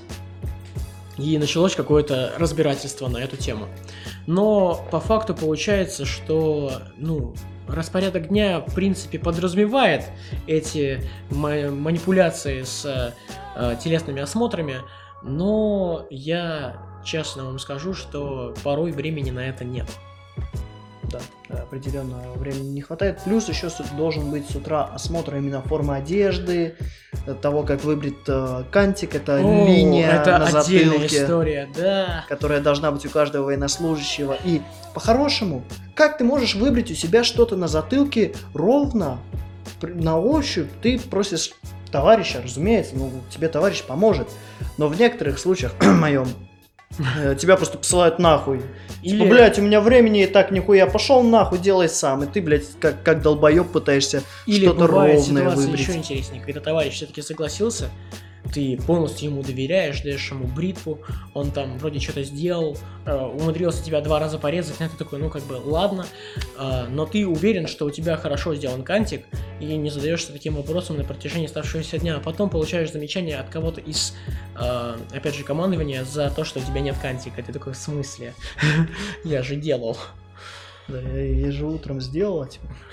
Speaker 2: и началось какое-то разбирательство на эту тему. Но по факту получается, что, распорядок дня, в принципе, подразумевает эти манипуляции с телесными осмотрами, но я честно вам скажу, что порой времени на это нет.
Speaker 1: Да, определенно времени не хватает. Плюс еще должен быть с утра осмотр именно формы одежды, того, как выбрит кантик, это линия
Speaker 2: это
Speaker 1: на
Speaker 2: отдельная
Speaker 1: затылке,
Speaker 2: история, да.
Speaker 1: которая должна быть у каждого военнослужащего. И по-хорошему, как ты можешь выбрать у себя что-то на затылке ровно, на ощупь? Ты просишь товарища, разумеется, тебе товарищ поможет. Но в некоторых случаях, в моем, тебя просто посылают нахуй.
Speaker 2: Или...
Speaker 1: Блять, у меня времени и так нихуя, пошел нахуй, делай сам. И ты, блядь, как долбоеб пытаешься что-то ровное выбрать.
Speaker 2: Еще интереснее, когда товарищ все-таки согласился, ты полностью ему доверяешь, даешь ему бритву, он там вроде что-то сделал, умудрился тебя 2 раза порезать, и ты такой, ладно, но ты уверен, что у тебя хорошо сделан кантик, и не задаешься таким вопросом на протяжении оставшегося дня, а потом получаешь замечание от кого-то из, опять же, командования за то, что у тебя нет кантика, и ты такой, в смысле? Я же делал.
Speaker 1: Да, я же утром сделал,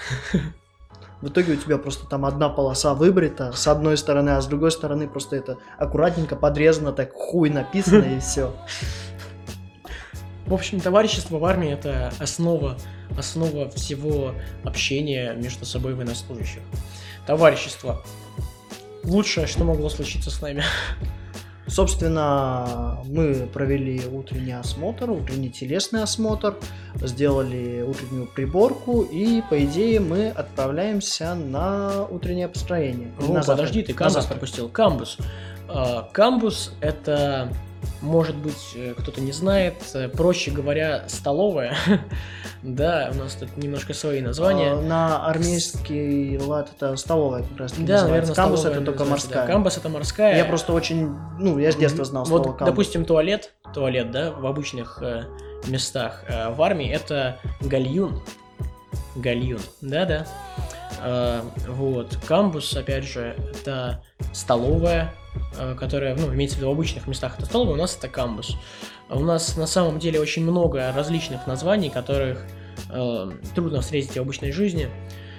Speaker 1: В итоге у тебя просто там одна полоса выбрита с одной стороны, а с другой стороны просто это аккуратненько подрезано, так хуй написано и все.
Speaker 2: В общем, товарищество в армии — это основа всего общения между собой военнослужащих. Товарищество — лучшее, что могло случиться с нами.
Speaker 1: Собственно, мы провели утренний осмотр, утренний телесный осмотр, сделали утреннюю приборку, и, по идее, мы отправляемся на утреннее построение.
Speaker 2: Подожди, ты камбус пропустил. Камбус. Камбус — это, может быть, кто-то не знает, проще говоря, столовая. Да, у нас тут немножко свои названия.
Speaker 1: На армейский лад это столовая как раз.
Speaker 2: Да, наверное,
Speaker 1: камбус это только морская.
Speaker 2: Да. Камбус это морская.
Speaker 1: Я просто очень, я с детства знал слово камбус.
Speaker 2: Допустим, туалет, да, в обычных местах в армии это гальюн. Да. Вот. Камбус, опять же, это столовая, которая, имеется в виду в обычных местах это столовая, у нас это камбус. У нас на самом деле очень много различных названий, которых трудно встретить в обычной жизни.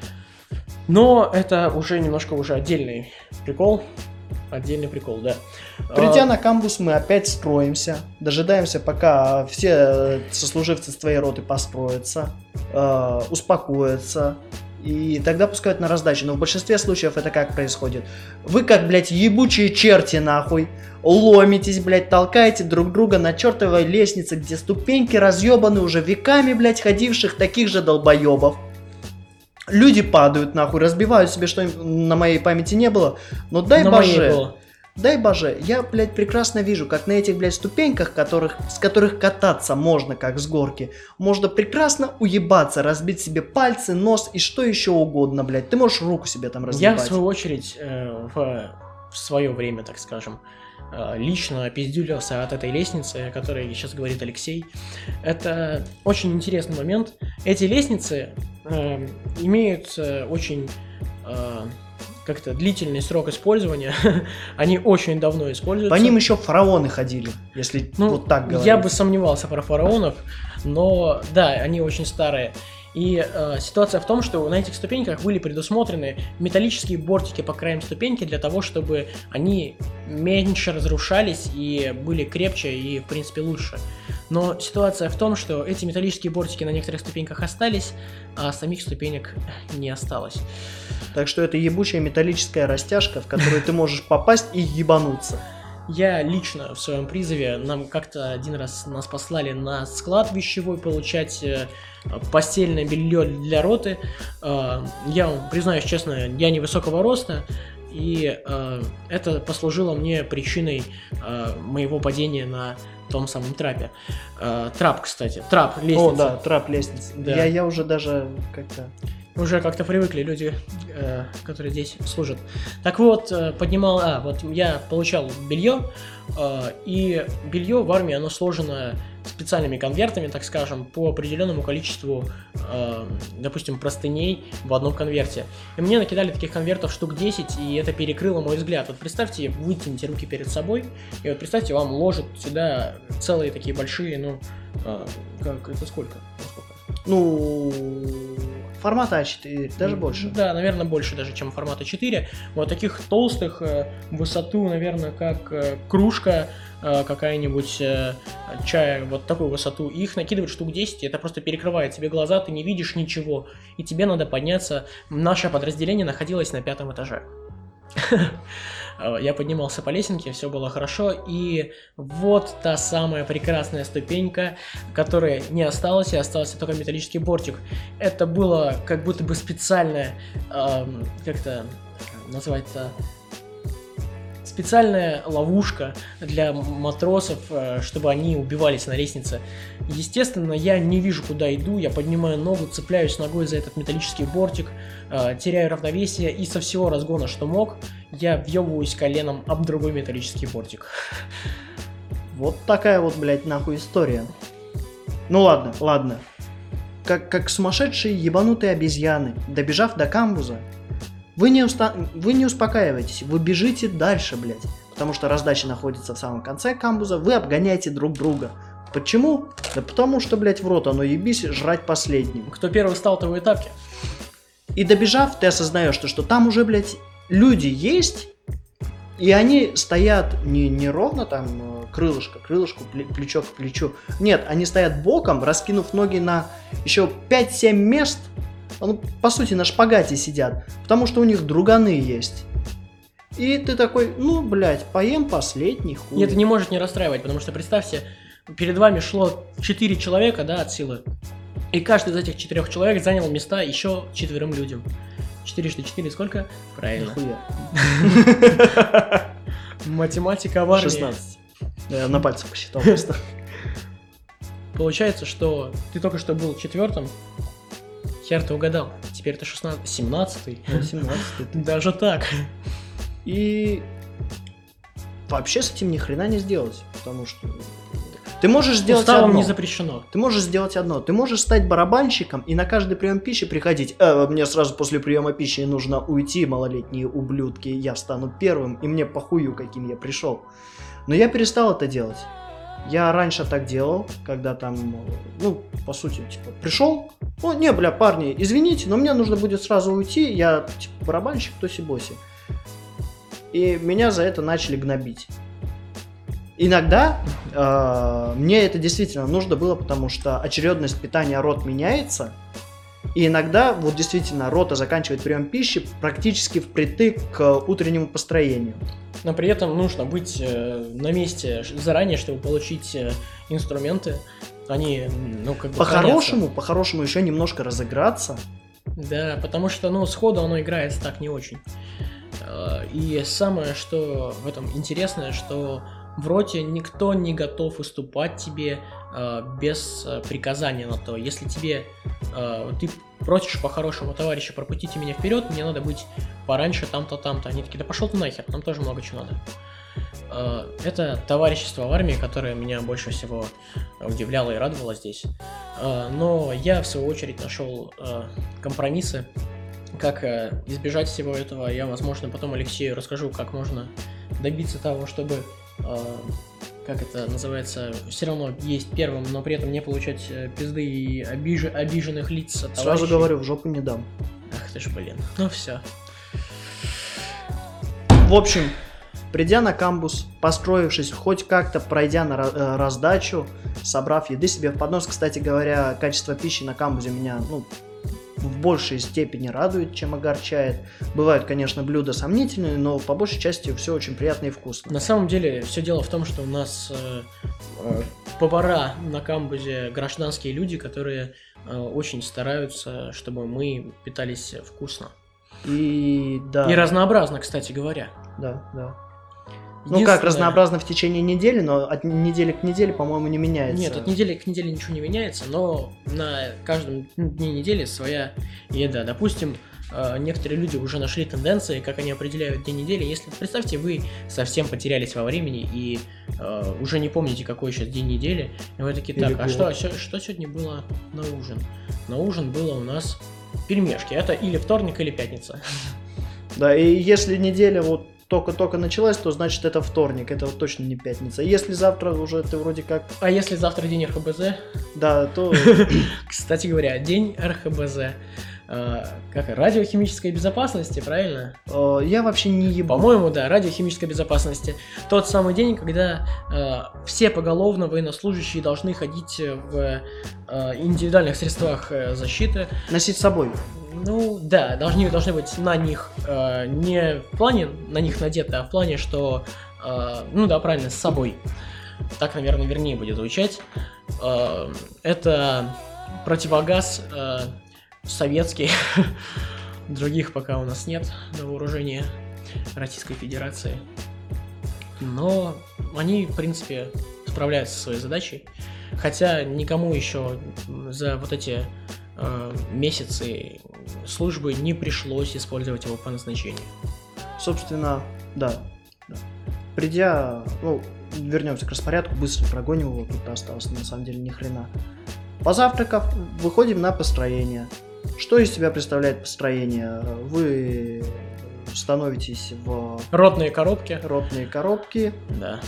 Speaker 2: Но это уже немножко отдельный прикол. Отдельный прикол, да.
Speaker 1: Придя на камбус, мы опять строимся, дожидаемся, пока все сослуживцы с твоей роты построятся, успокоятся, и тогда пускают на раздачу. Но в большинстве случаев это как происходит? Вы как, блядь, ебучие черти, нахуй, ломитесь, блядь, толкаете друг друга на чертовой лестнице, где ступеньки разъебаны уже веками, блядь, ходивших таких же долбоебов. Люди падают, нахуй, разбивают себе, что на моей памяти не было. Но дай боже, я, блядь, прекрасно вижу, как на этих, блядь, ступеньках, с которых кататься можно, как с горки, можно прекрасно уебаться, разбить себе пальцы, нос и что еще угодно, блядь. Ты можешь руку себе там разбивать.
Speaker 2: Я, в свою очередь, в свое время, так скажем, лично пиздюлился от этой лестницы, о которой сейчас говорит Алексей. Это очень интересный момент. Эти лестницы имеют очень как-то длительный срок использования. Они очень давно используются.
Speaker 1: По ним еще фараоны ходили, если вот так говорить.
Speaker 2: Я бы сомневался про фараонов, но да, они очень старые. И ситуация в том, что на этих ступеньках были предусмотрены металлические бортики по краям ступеньки для того, чтобы они меньше разрушались и были крепче и, в принципе, лучше. Но ситуация в том, что эти металлические бортики на некоторых ступеньках остались, а самих ступенек не осталось.
Speaker 1: Так что это ебучая металлическая растяжка, в которую ты можешь попасть и ебануться.
Speaker 2: Я лично в своем призыве, нам как-то один раз нас послали на склад вещевой получать постельное белье для роты. Я вам признаюсь честно, я невысокого роста, и это послужило мне причиной моего падения на том самом трапе. Трап, кстати. Трап, лестница.
Speaker 1: О, да, трап, лестница. Да. Я уже даже как-то...
Speaker 2: Уже как-то привыкли люди, которые здесь служат. Так вот, вот я получал белье, и белье в армии, оно сложено специальными конвертами, так скажем, по определенному количеству, допустим, простыней в одном конверте. И мне накидали таких конвертов штук 10, и это перекрыло мой взгляд. Вот представьте, вытяните руки перед собой, и вот представьте, вам ложат сюда целые такие большие, как это сколько?
Speaker 1: Формата А4, даже больше.
Speaker 2: Да, наверное, больше даже, чем формата 4. Вот таких толстых, высоту, наверное, как кружка какая-нибудь чая, вот такую высоту. Их накидывают штук 10, и это просто перекрывает тебе глаза, ты не видишь ничего, и тебе надо подняться. Наше подразделение находилось на 5 этаже. Я поднимался по лесенке, все было хорошо, и вот та самая прекрасная ступенька, которая не осталась, и остался только металлический бортик. Это было как будто бы специальная, как-то называется, специальная ловушка для матросов, чтобы они убивались на лестнице. Естественно, я не вижу, куда иду, я поднимаю ногу, цепляюсь ногой за этот металлический бортик, теряю равновесие, и со всего разгона, что мог, я въебываюсь коленом об другой металлический бортик.
Speaker 1: Вот такая вот, блядь, нахуй история. Ну ладно. Как сумасшедшие ебанутые обезьяны, добежав до камбуза, вы не успокаиваетесь, вы бежите дальше, блядь. Потому что раздача находится в самом конце камбуза, вы обгоняете друг друга. Почему? Да потому что, блядь, в рот оно ебись жрать последним.
Speaker 2: Кто первый встал, того и тапки. И
Speaker 1: добежав, ты осознаешь, что там уже, блядь, люди есть, и они стоят не ровно там крылышко к крылышку, плечо к плечу. Нет, они стоят боком, раскинув ноги на еще 5-7 мест. По сути, на шпагате сидят, потому что у них друганы есть. И ты такой, блядь, поем последний хуй.
Speaker 2: И это не может не расстраивать, потому что, представьте, перед вами шло 4 человека, да, от силы, и каждый из этих 4 человек занял места еще 4 людям. 4 × 4 сколько? Правильно.
Speaker 1: Нихуя.
Speaker 2: Математика в армии.
Speaker 1: 16. Я на пальцах посчитал просто.
Speaker 2: Получается, что ты только что был 4-м. Хер ты угадал. Теперь ты 17-й.
Speaker 1: 17-й.
Speaker 2: Даже так.
Speaker 1: И вообще с этим ни хрена не сделать, потому что Ты можешь сделать
Speaker 2: Уставом
Speaker 1: одно.
Speaker 2: не запрещено.
Speaker 1: Ты можешь сделать одно. Ты можешь стать барабанщиком и на каждый прием пищи приходить. Мне сразу после приема пищи нужно уйти, малолетние ублюдки. Я встану первым, и мне похую, каким я пришел. Но я перестал это делать. Я раньше так делал, когда там, по сути, типа, пришел. Парни, извините, но мне нужно будет сразу уйти. Я, типа, барабанщик тоси-боси. И меня за это начали гнобить. Иногда мне это действительно нужно было, потому что очередность питания рот меняется, и иногда вот действительно рота заканчивает прием пищи практически впритык к утреннему построению.
Speaker 2: Но при этом нужно быть на месте заранее, чтобы получить инструменты. Они,
Speaker 1: по-хорошему еще немножко разыграться.
Speaker 2: Да, потому что, сходу оно играется так не очень. И самое, что в этом интересное, что в роте никто не готов уступать тебе без приказания на то. Если тебе ты просишь по-хорошему: товарищи, пропустите меня вперед, мне надо быть пораньше там-то, там-то. Они такие: да пошел ты нахер, нам тоже много чего надо. Это товарищество в армии, которое меня больше всего удивляло и радовало здесь. Но я, в свою очередь, нашел компромиссы, как избежать всего этого. Я, возможно, потом Алексею расскажу, как можно добиться того, чтобы, как это называется, все равно есть первым, но при этом не получать пизды и обиженных лиц от товарищей.
Speaker 1: Сразу говорю, в жопу не дам.
Speaker 2: Ах ты ж, блин. Ну все.
Speaker 1: В общем, придя на камбус, построившись, хоть как-то пройдя на раздачу, собрав еды себе в поднос, кстати говоря, качество пищи на камбузе меня, в большей степени радует, чем огорчает. Бывают, конечно, блюда сомнительные, но по большей части все очень приятно и вкусно.
Speaker 2: На самом деле, все дело в том, что у нас повара на камбузе гражданские люди, которые очень стараются, чтобы мы питались вкусно.
Speaker 1: И
Speaker 2: разнообразно, кстати говоря.
Speaker 1: Да. Как разнообразно в течение недели, но от недели к неделе, по-моему, не меняется.
Speaker 2: Нет, от недели к неделе ничего не меняется, но на каждом дне недели своя еда. Допустим, некоторые люди уже нашли тенденции, как они определяют день недели. Если, представьте, вы совсем потерялись во времени и уже не помните, какой сейчас день недели, и вы такие: так, что сегодня было на ужин? На ужин было у нас пельмешки. Это или вторник, или пятница.
Speaker 1: Да, и если неделя только-только началась, то значит это вторник, это точно не пятница. Если завтра уже ты вроде как...
Speaker 2: А если завтра день РХБЗ?
Speaker 1: Да, то...
Speaker 2: Кстати говоря, день РХБЗ. Как радиохимической безопасности, правильно?
Speaker 1: Я вообще не ебу.
Speaker 2: По-моему, да, радиохимической безопасности. Тот самый день, когда все поголовно военнослужащие должны ходить в индивидуальных средствах защиты.
Speaker 1: Носить с собой.
Speaker 2: Да, должны быть на них не в плане на них надеты, а в плане, что, правильно, с собой. Так, наверное, вернее будет звучать. Это противогаз советский. Других пока у нас нет на вооружении Российской Федерации. Но они, в принципе, справляются со своей задачей. Хотя никому еще за вот эти месяцы службы не пришлось использовать его по назначению.
Speaker 1: Собственно, да. Придя, вернемся к распорядку, быстро прогоним его, тут осталось на самом деле ни хрена. Позавтракав, выходим на построение. Что из себя представляет построение? Вы становитесь в...
Speaker 2: Ротные коробки.
Speaker 1: Да.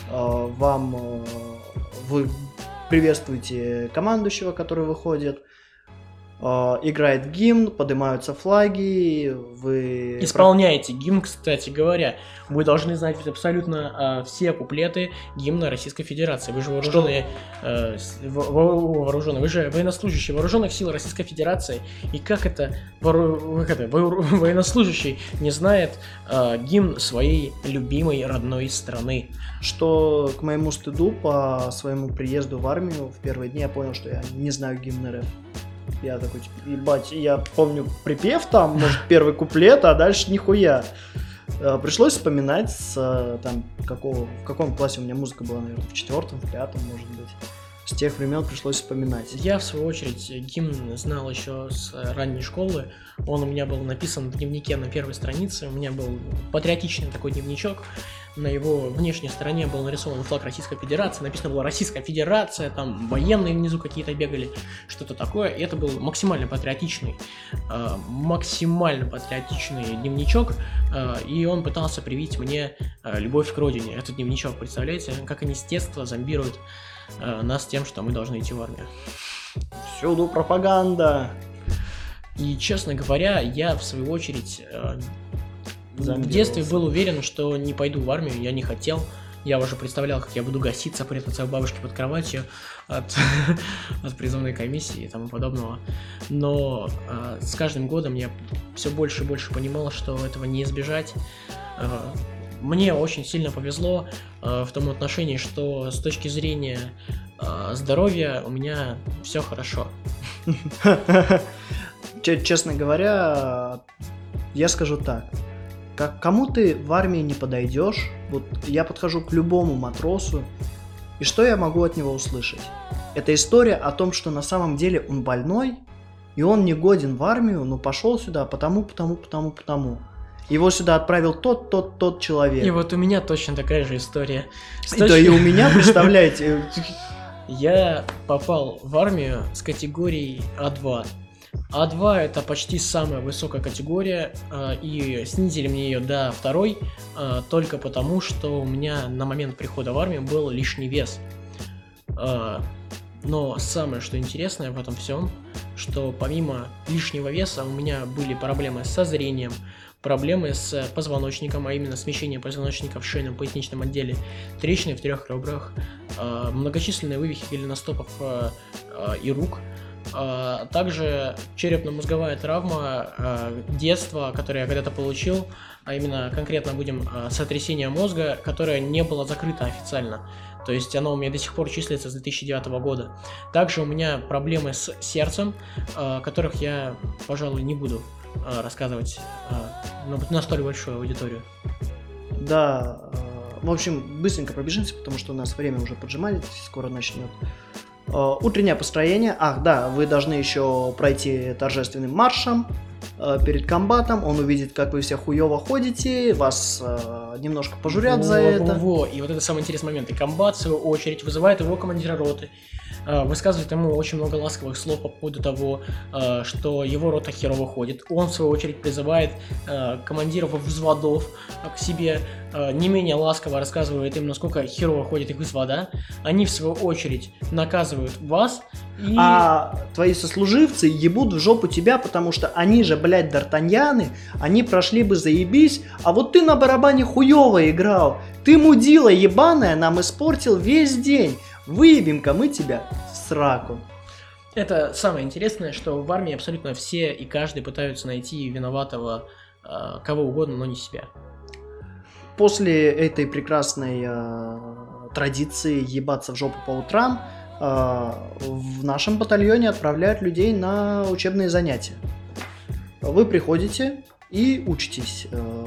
Speaker 1: Вы приветствуете командующего, который выходит. Играет гимн, поднимаются флаги, вы...
Speaker 2: Исполняете гимн, кстати говоря. Вы должны знать абсолютно все куплеты гимна Российской Федерации. Вы же вооруженные, вы же военнослужащие вооруженных сил Российской Федерации. И как это военнослужащий не знает гимн своей любимой родной страны?
Speaker 1: Что, к моему стыду, по своему приезду в армию в первые дни я понял, что я не знаю гимн РФ. Я такой, ебать, я помню припев там, может, первый куплет, а дальше нихуя. Пришлось вспоминать в каком классе у меня музыка была, наверное, в 4-м, в 5-м, может быть. с тех времен пришлось вспоминать.
Speaker 2: Я, в свою очередь, гимн знал еще с ранней школы. Он у меня был написан в дневнике на первой странице. У меня был патриотичный такой дневничок. На его внешней стороне был нарисован флаг Российской Федерации. Написано было «Российская Федерация», там военные внизу какие-то бегали, что-то такое. И это был максимально патриотичный дневничок. И он пытался привить мне любовь к родине. Этот дневничок, представляете, как они с детства зомбируют нас тем, что мы должны идти в армию.
Speaker 1: Всюду пропаганда.
Speaker 2: И, честно говоря, я, в свою очередь, в детстве был уверен, что не пойду в армию, я не хотел. Я уже представлял, как я буду гаситься, прятаться у бабушки под кроватью от призывной комиссии и тому подобного. Но с каждым годом я все больше и больше понимал, что этого не избежать. Мне очень сильно повезло в том отношении, что с точки зрения здоровья у меня все хорошо.
Speaker 1: Честно говоря, я скажу так. Кому ты в армии не подойдешь, вот я подхожу к любому матросу, и что я могу от него услышать? Это история о том, что на самом деле он больной, и он не годен в армию, но пошел сюда потому. Его сюда отправил тот человек.
Speaker 2: И вот у меня точно такая же история.
Speaker 1: Да и у меня, представляете...
Speaker 2: Я попал в армию с категорией А2. А2 это почти самая высокая категория, и снизили мне ее до второй, только потому, что у меня на момент прихода в армию был лишний вес. Но самое, что интересное в этом всем, что помимо лишнего веса у меня были проблемы со зрением, проблемы с позвоночником, а именно смещение позвоночника в шейном поясничном отделе, трещины в 3 ребрах, многочисленные вывихи голеностопов и рук, также черепно-мозговая травма детства, которую я когда-то получил, а именно конкретно будем сотрясение мозга, которое не было закрыто официально. То есть оно у меня до сих пор числится с 2009 года. Также у меня проблемы с сердцем, которых я, пожалуй, не буду рассказывать на столь большую аудиторию.
Speaker 1: Да, в общем, быстренько пробежимся, потому что у нас время уже поджимает, скоро начнет. Утреннее построение. Ах, да, вы должны еще пройти торжественным маршем перед комбатом. Он увидит, как вы все хуево ходите, вас немножко пожурят за это.
Speaker 2: И вот это самый интересный момент. И комбат, в свою очередь, вызывает его командира роты, высказывает ему очень много ласковых слов по поводу того, что его рота херово ходит. Он, в свою очередь, призывает командиров взводов к себе, не менее ласково рассказывает им, насколько херово ходит их взвода. Они, в свою очередь, наказывают вас. И...
Speaker 1: А твои сослуживцы ебут в жопу тебя, потому что они же, блядь, д'Артаньяны, они прошли бы заебись, а вот ты на барабане хуёво играл. Ты мудила ебаная, нам испортил весь день. Выебем-ка мы тебя в сраку.
Speaker 2: Это самое интересное, что в армии абсолютно все и каждый пытаются найти виноватого кого угодно, но не себя.
Speaker 1: После этой прекрасной традиции ебаться в жопу по утрам, в нашем батальоне отправляют людей на учебные занятия. Вы приходите и учитесь.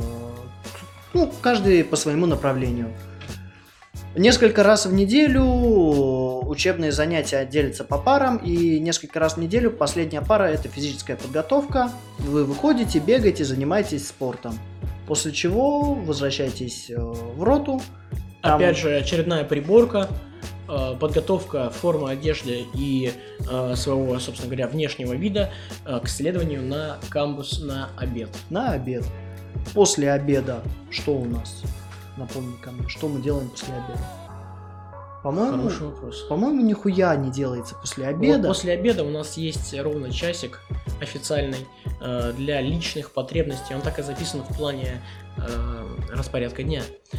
Speaker 1: Каждый по своему направлению. Несколько раз в неделю учебные занятия делятся по парам, и несколько раз в неделю последняя пара – это физическая подготовка. Вы выходите, бегаете, занимаетесь спортом. После чего возвращаетесь в роту.
Speaker 2: Там... Опять же, очередная приборка, подготовка формы одежды и своего, собственно говоря, внешнего вида к следованию на камбус на обед.
Speaker 1: На обед. После обеда что у нас? Напомни-ка мне, что мы делаем после обеда?
Speaker 2: Хороший вопрос.
Speaker 1: По-моему, нихуя не делается после обеда.
Speaker 2: Вот после обеда у нас есть ровно часик официальный для личных потребностей. Он так и записан в плане распорядка дня.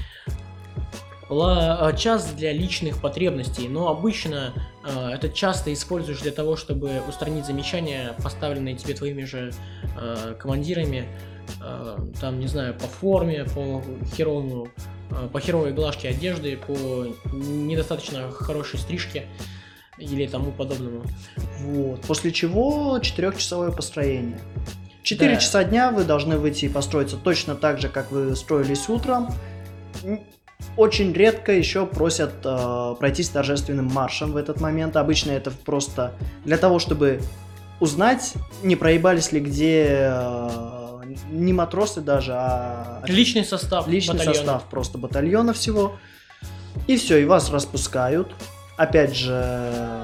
Speaker 2: Час для личных потребностей, но обычно этот час ты используешь для того, чтобы устранить замечания, поставленные тебе твоими же командирами, там, не знаю, по форме, по херовой глажке одежды, по недостаточно хорошей стрижке или тому подобному.
Speaker 1: Вот. После чего 4-часовое построение. 4 часа дня вы должны выйти и построиться точно так же, как вы строились утром. Очень редко еще просят пройтись торжественным маршем в этот момент. Обычно это просто для того, чтобы узнать, не проебались ли где не матросы даже, а
Speaker 2: Личный состав
Speaker 1: просто батальона всего. И все, и вас распускают. Опять же,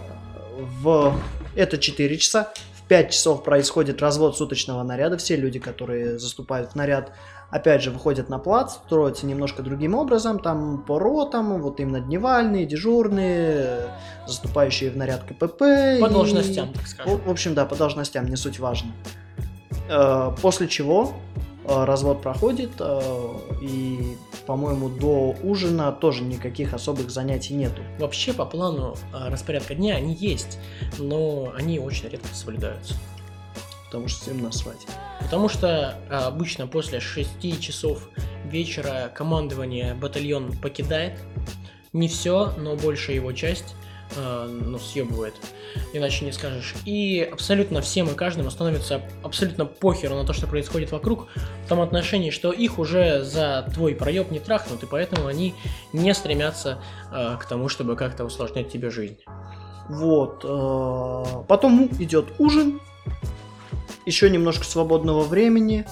Speaker 1: это 4 часа. В 5 часов происходит развод суточного наряда. Все люди, которые заступают в наряд, опять же, выходят на плац, строятся немножко другим образом. Там по ротам, вот именно дневальные, дежурные, заступающие в наряд КПП.
Speaker 2: По должностям, так скажем.
Speaker 1: В общем, да, по должностям, не суть важно. После чего развод проходит, и, по-моему, до ужина тоже никаких особых занятий нету.
Speaker 2: Вообще, по плану распорядка дня они есть, но они очень редко соблюдаются.
Speaker 1: Потому что всем насрать.
Speaker 2: Потому что обычно после 6 часов вечера командование батальон покидает. Не все, но большая его часть съебывает, иначе не скажешь. И абсолютно всем и каждому становится абсолютно похеру на то, что происходит вокруг, в том отношении, что их уже за твой проеб не трахнут, и поэтому они не стремятся к тому, чтобы как-то усложнять тебе жизнь.
Speaker 1: Вот. Потом идет ужин, еще немножко свободного времени,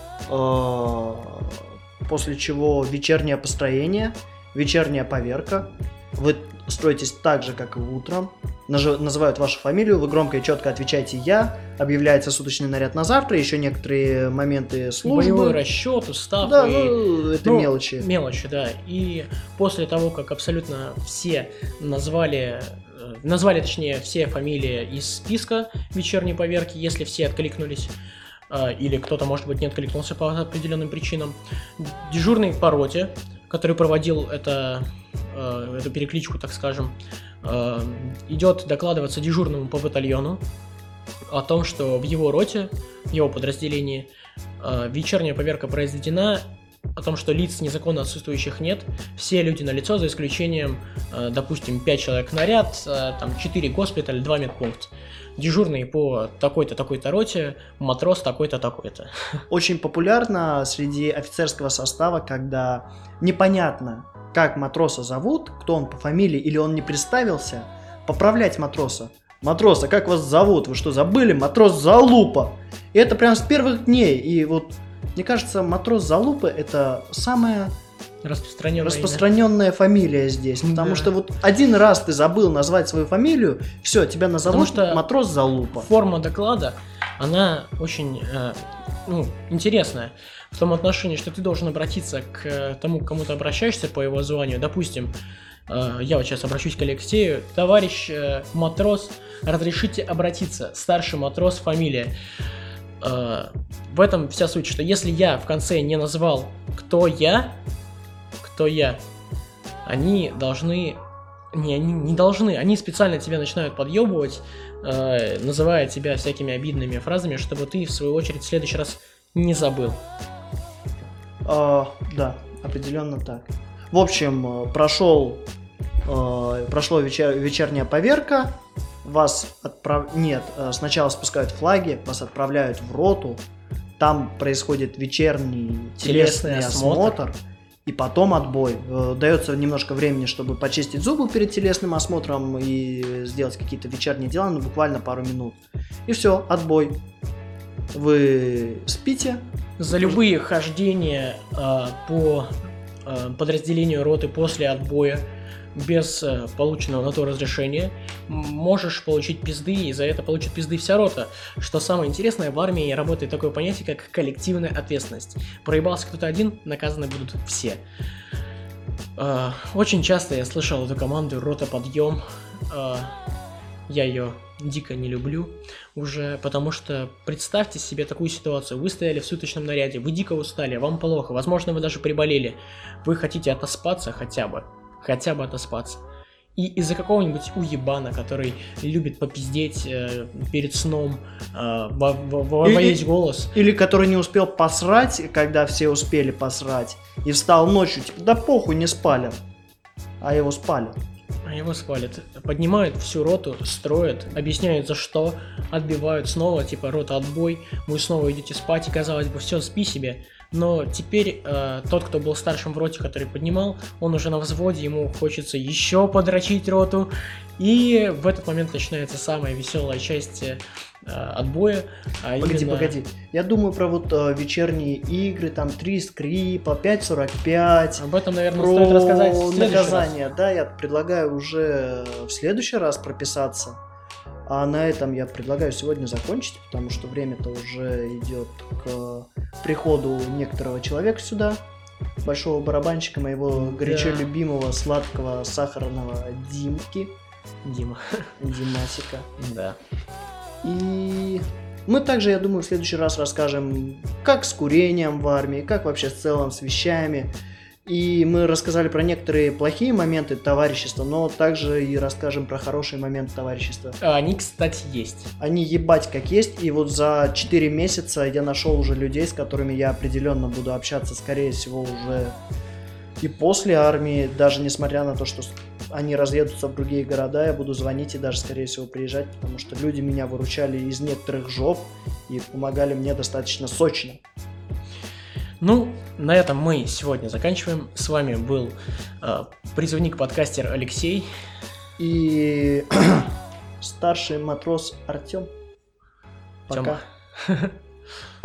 Speaker 1: после чего вечернее построение, вечерняя поверка. Вы строитесь так же, как и утром, называют вашу фамилию, вы громко и четко отвечаете «я», объявляется суточный наряд на завтра, еще некоторые моменты службы.
Speaker 2: Боевой расчет, устав.
Speaker 1: Да, это мелочи.
Speaker 2: Мелочи, да. И после того, как абсолютно все назвали, точнее, все фамилии из списка вечерней поверки, если все откликнулись, или кто-то, может быть, не откликнулся по определенным причинам, дежурный по роте, который проводил эту перекличку, так скажем, идет докладываться дежурному по батальону о том, что в его роте, в его подразделении вечерняя поверка произведена, о том, что лиц незаконно отсутствующих нет, все люди на лицо, за исключением, допустим, 5 человек наряд, 4 госпиталь, 2 медпункт. Дежурный по такой-то, такой-то роте, матрос такой-то, такой-то.
Speaker 1: Очень популярно среди офицерского состава, когда непонятно, как матроса зовут, кто он по фамилии, или он не представился, поправлять матроса. Матрос, а как вас зовут? Вы что, забыли? Матрос Залупа. И это прям с первых дней. И вот, мне кажется, матрос Залупа это самая распространенная фамилия здесь. Потому что вот один раз ты забыл назвать свою фамилию, все, тебя назовут матрос Залупа.
Speaker 2: Форма доклада, она очень интересная. В том отношении, что ты должен обратиться к тому, к кому ты обращаешься по его званию. Допустим, я вот сейчас обращусь к Алексею. Товарищ матрос, разрешите обратиться. Старший матрос, фамилия. В этом вся суть, что если я в конце не назвал, кто я, они должны... не должны, они специально тебя начинают подъебывать, называя тебя всякими обидными фразами, чтобы ты, в свою очередь, в следующий раз не забыл.
Speaker 1: Да, определенно так. В общем, прошла вечерняя поверка, сначала спускают флаги, вас отправляют в роту, там происходит вечерний телесный осмотр, и потом отбой. Дается немножко времени, чтобы почистить зубы перед телесным осмотром и сделать какие-то вечерние дела, но буквально пару минут. И все, отбой. Вы спите.
Speaker 2: За любые хождения по подразделению роты после отбоя без полученного на то разрешения можешь получить пизды, и за это получит пизды вся рота. Что самое интересное, в армии работает такое понятие, как коллективная ответственность. Проебался кто-то один, наказаны будут все. Очень часто я слышал эту команду «Рота подъем». Я ее дико не люблю уже, потому что представьте себе такую ситуацию. Вы стояли в суточном наряде, вы дико устали, вам плохо, возможно, вы даже приболели. Вы хотите отоспаться хотя бы отоспаться. И из-за какого-нибудь уебана, который любит попиздеть перед сном во весь голос.
Speaker 1: Или который не успел посрать, когда все успели посрать, и встал ночью, типа, да похуй, не спалят. А его спалят. Поднимают всю роту, строят, объясняют за что, отбивают снова, типа, рота отбой, вы снова идете спать, и казалось бы, все, спи себе.
Speaker 2: но теперь тот, кто был старшим в роте, который поднимал, он уже на взводе, ему хочется еще подрочить роту, и в этот момент начинается самая веселая часть отбоя.
Speaker 1: Погоди. Я думаю про вот вечерние игры, там 3 скрипа, 5.45.
Speaker 2: Об этом, наверное, стоит рассказать в следующий
Speaker 1: наказание. Да, я предлагаю уже в следующий раз прописаться. А на этом я предлагаю сегодня закончить, потому что время-то уже идет к приходу некоторого человека сюда, большого барабанщика, моего горячо любимого сладкого сахарного Димки. Димасика.
Speaker 2: Да.
Speaker 1: И мы также, я думаю, в следующий раз расскажем, как с курением в армии, как вообще в целом с вещами. И мы рассказали про некоторые плохие моменты товарищества, но также и расскажем про хорошие моменты товарищества.
Speaker 2: Они, кстати, есть.
Speaker 1: Они ебать как есть, и вот за 4 месяца я нашел уже людей, с которыми я определенно буду общаться, скорее всего, уже и после армии, даже несмотря на то, что они разъедутся в другие города, я буду звонить и даже, скорее всего, приезжать, потому что люди меня выручали из некоторых жоп и помогали мне достаточно сочно.
Speaker 2: Ну, на этом мы сегодня заканчиваем. С вами был призывник-подкастер Алексей.
Speaker 1: И старший матрос Артем. Пока.
Speaker 2: Тёма.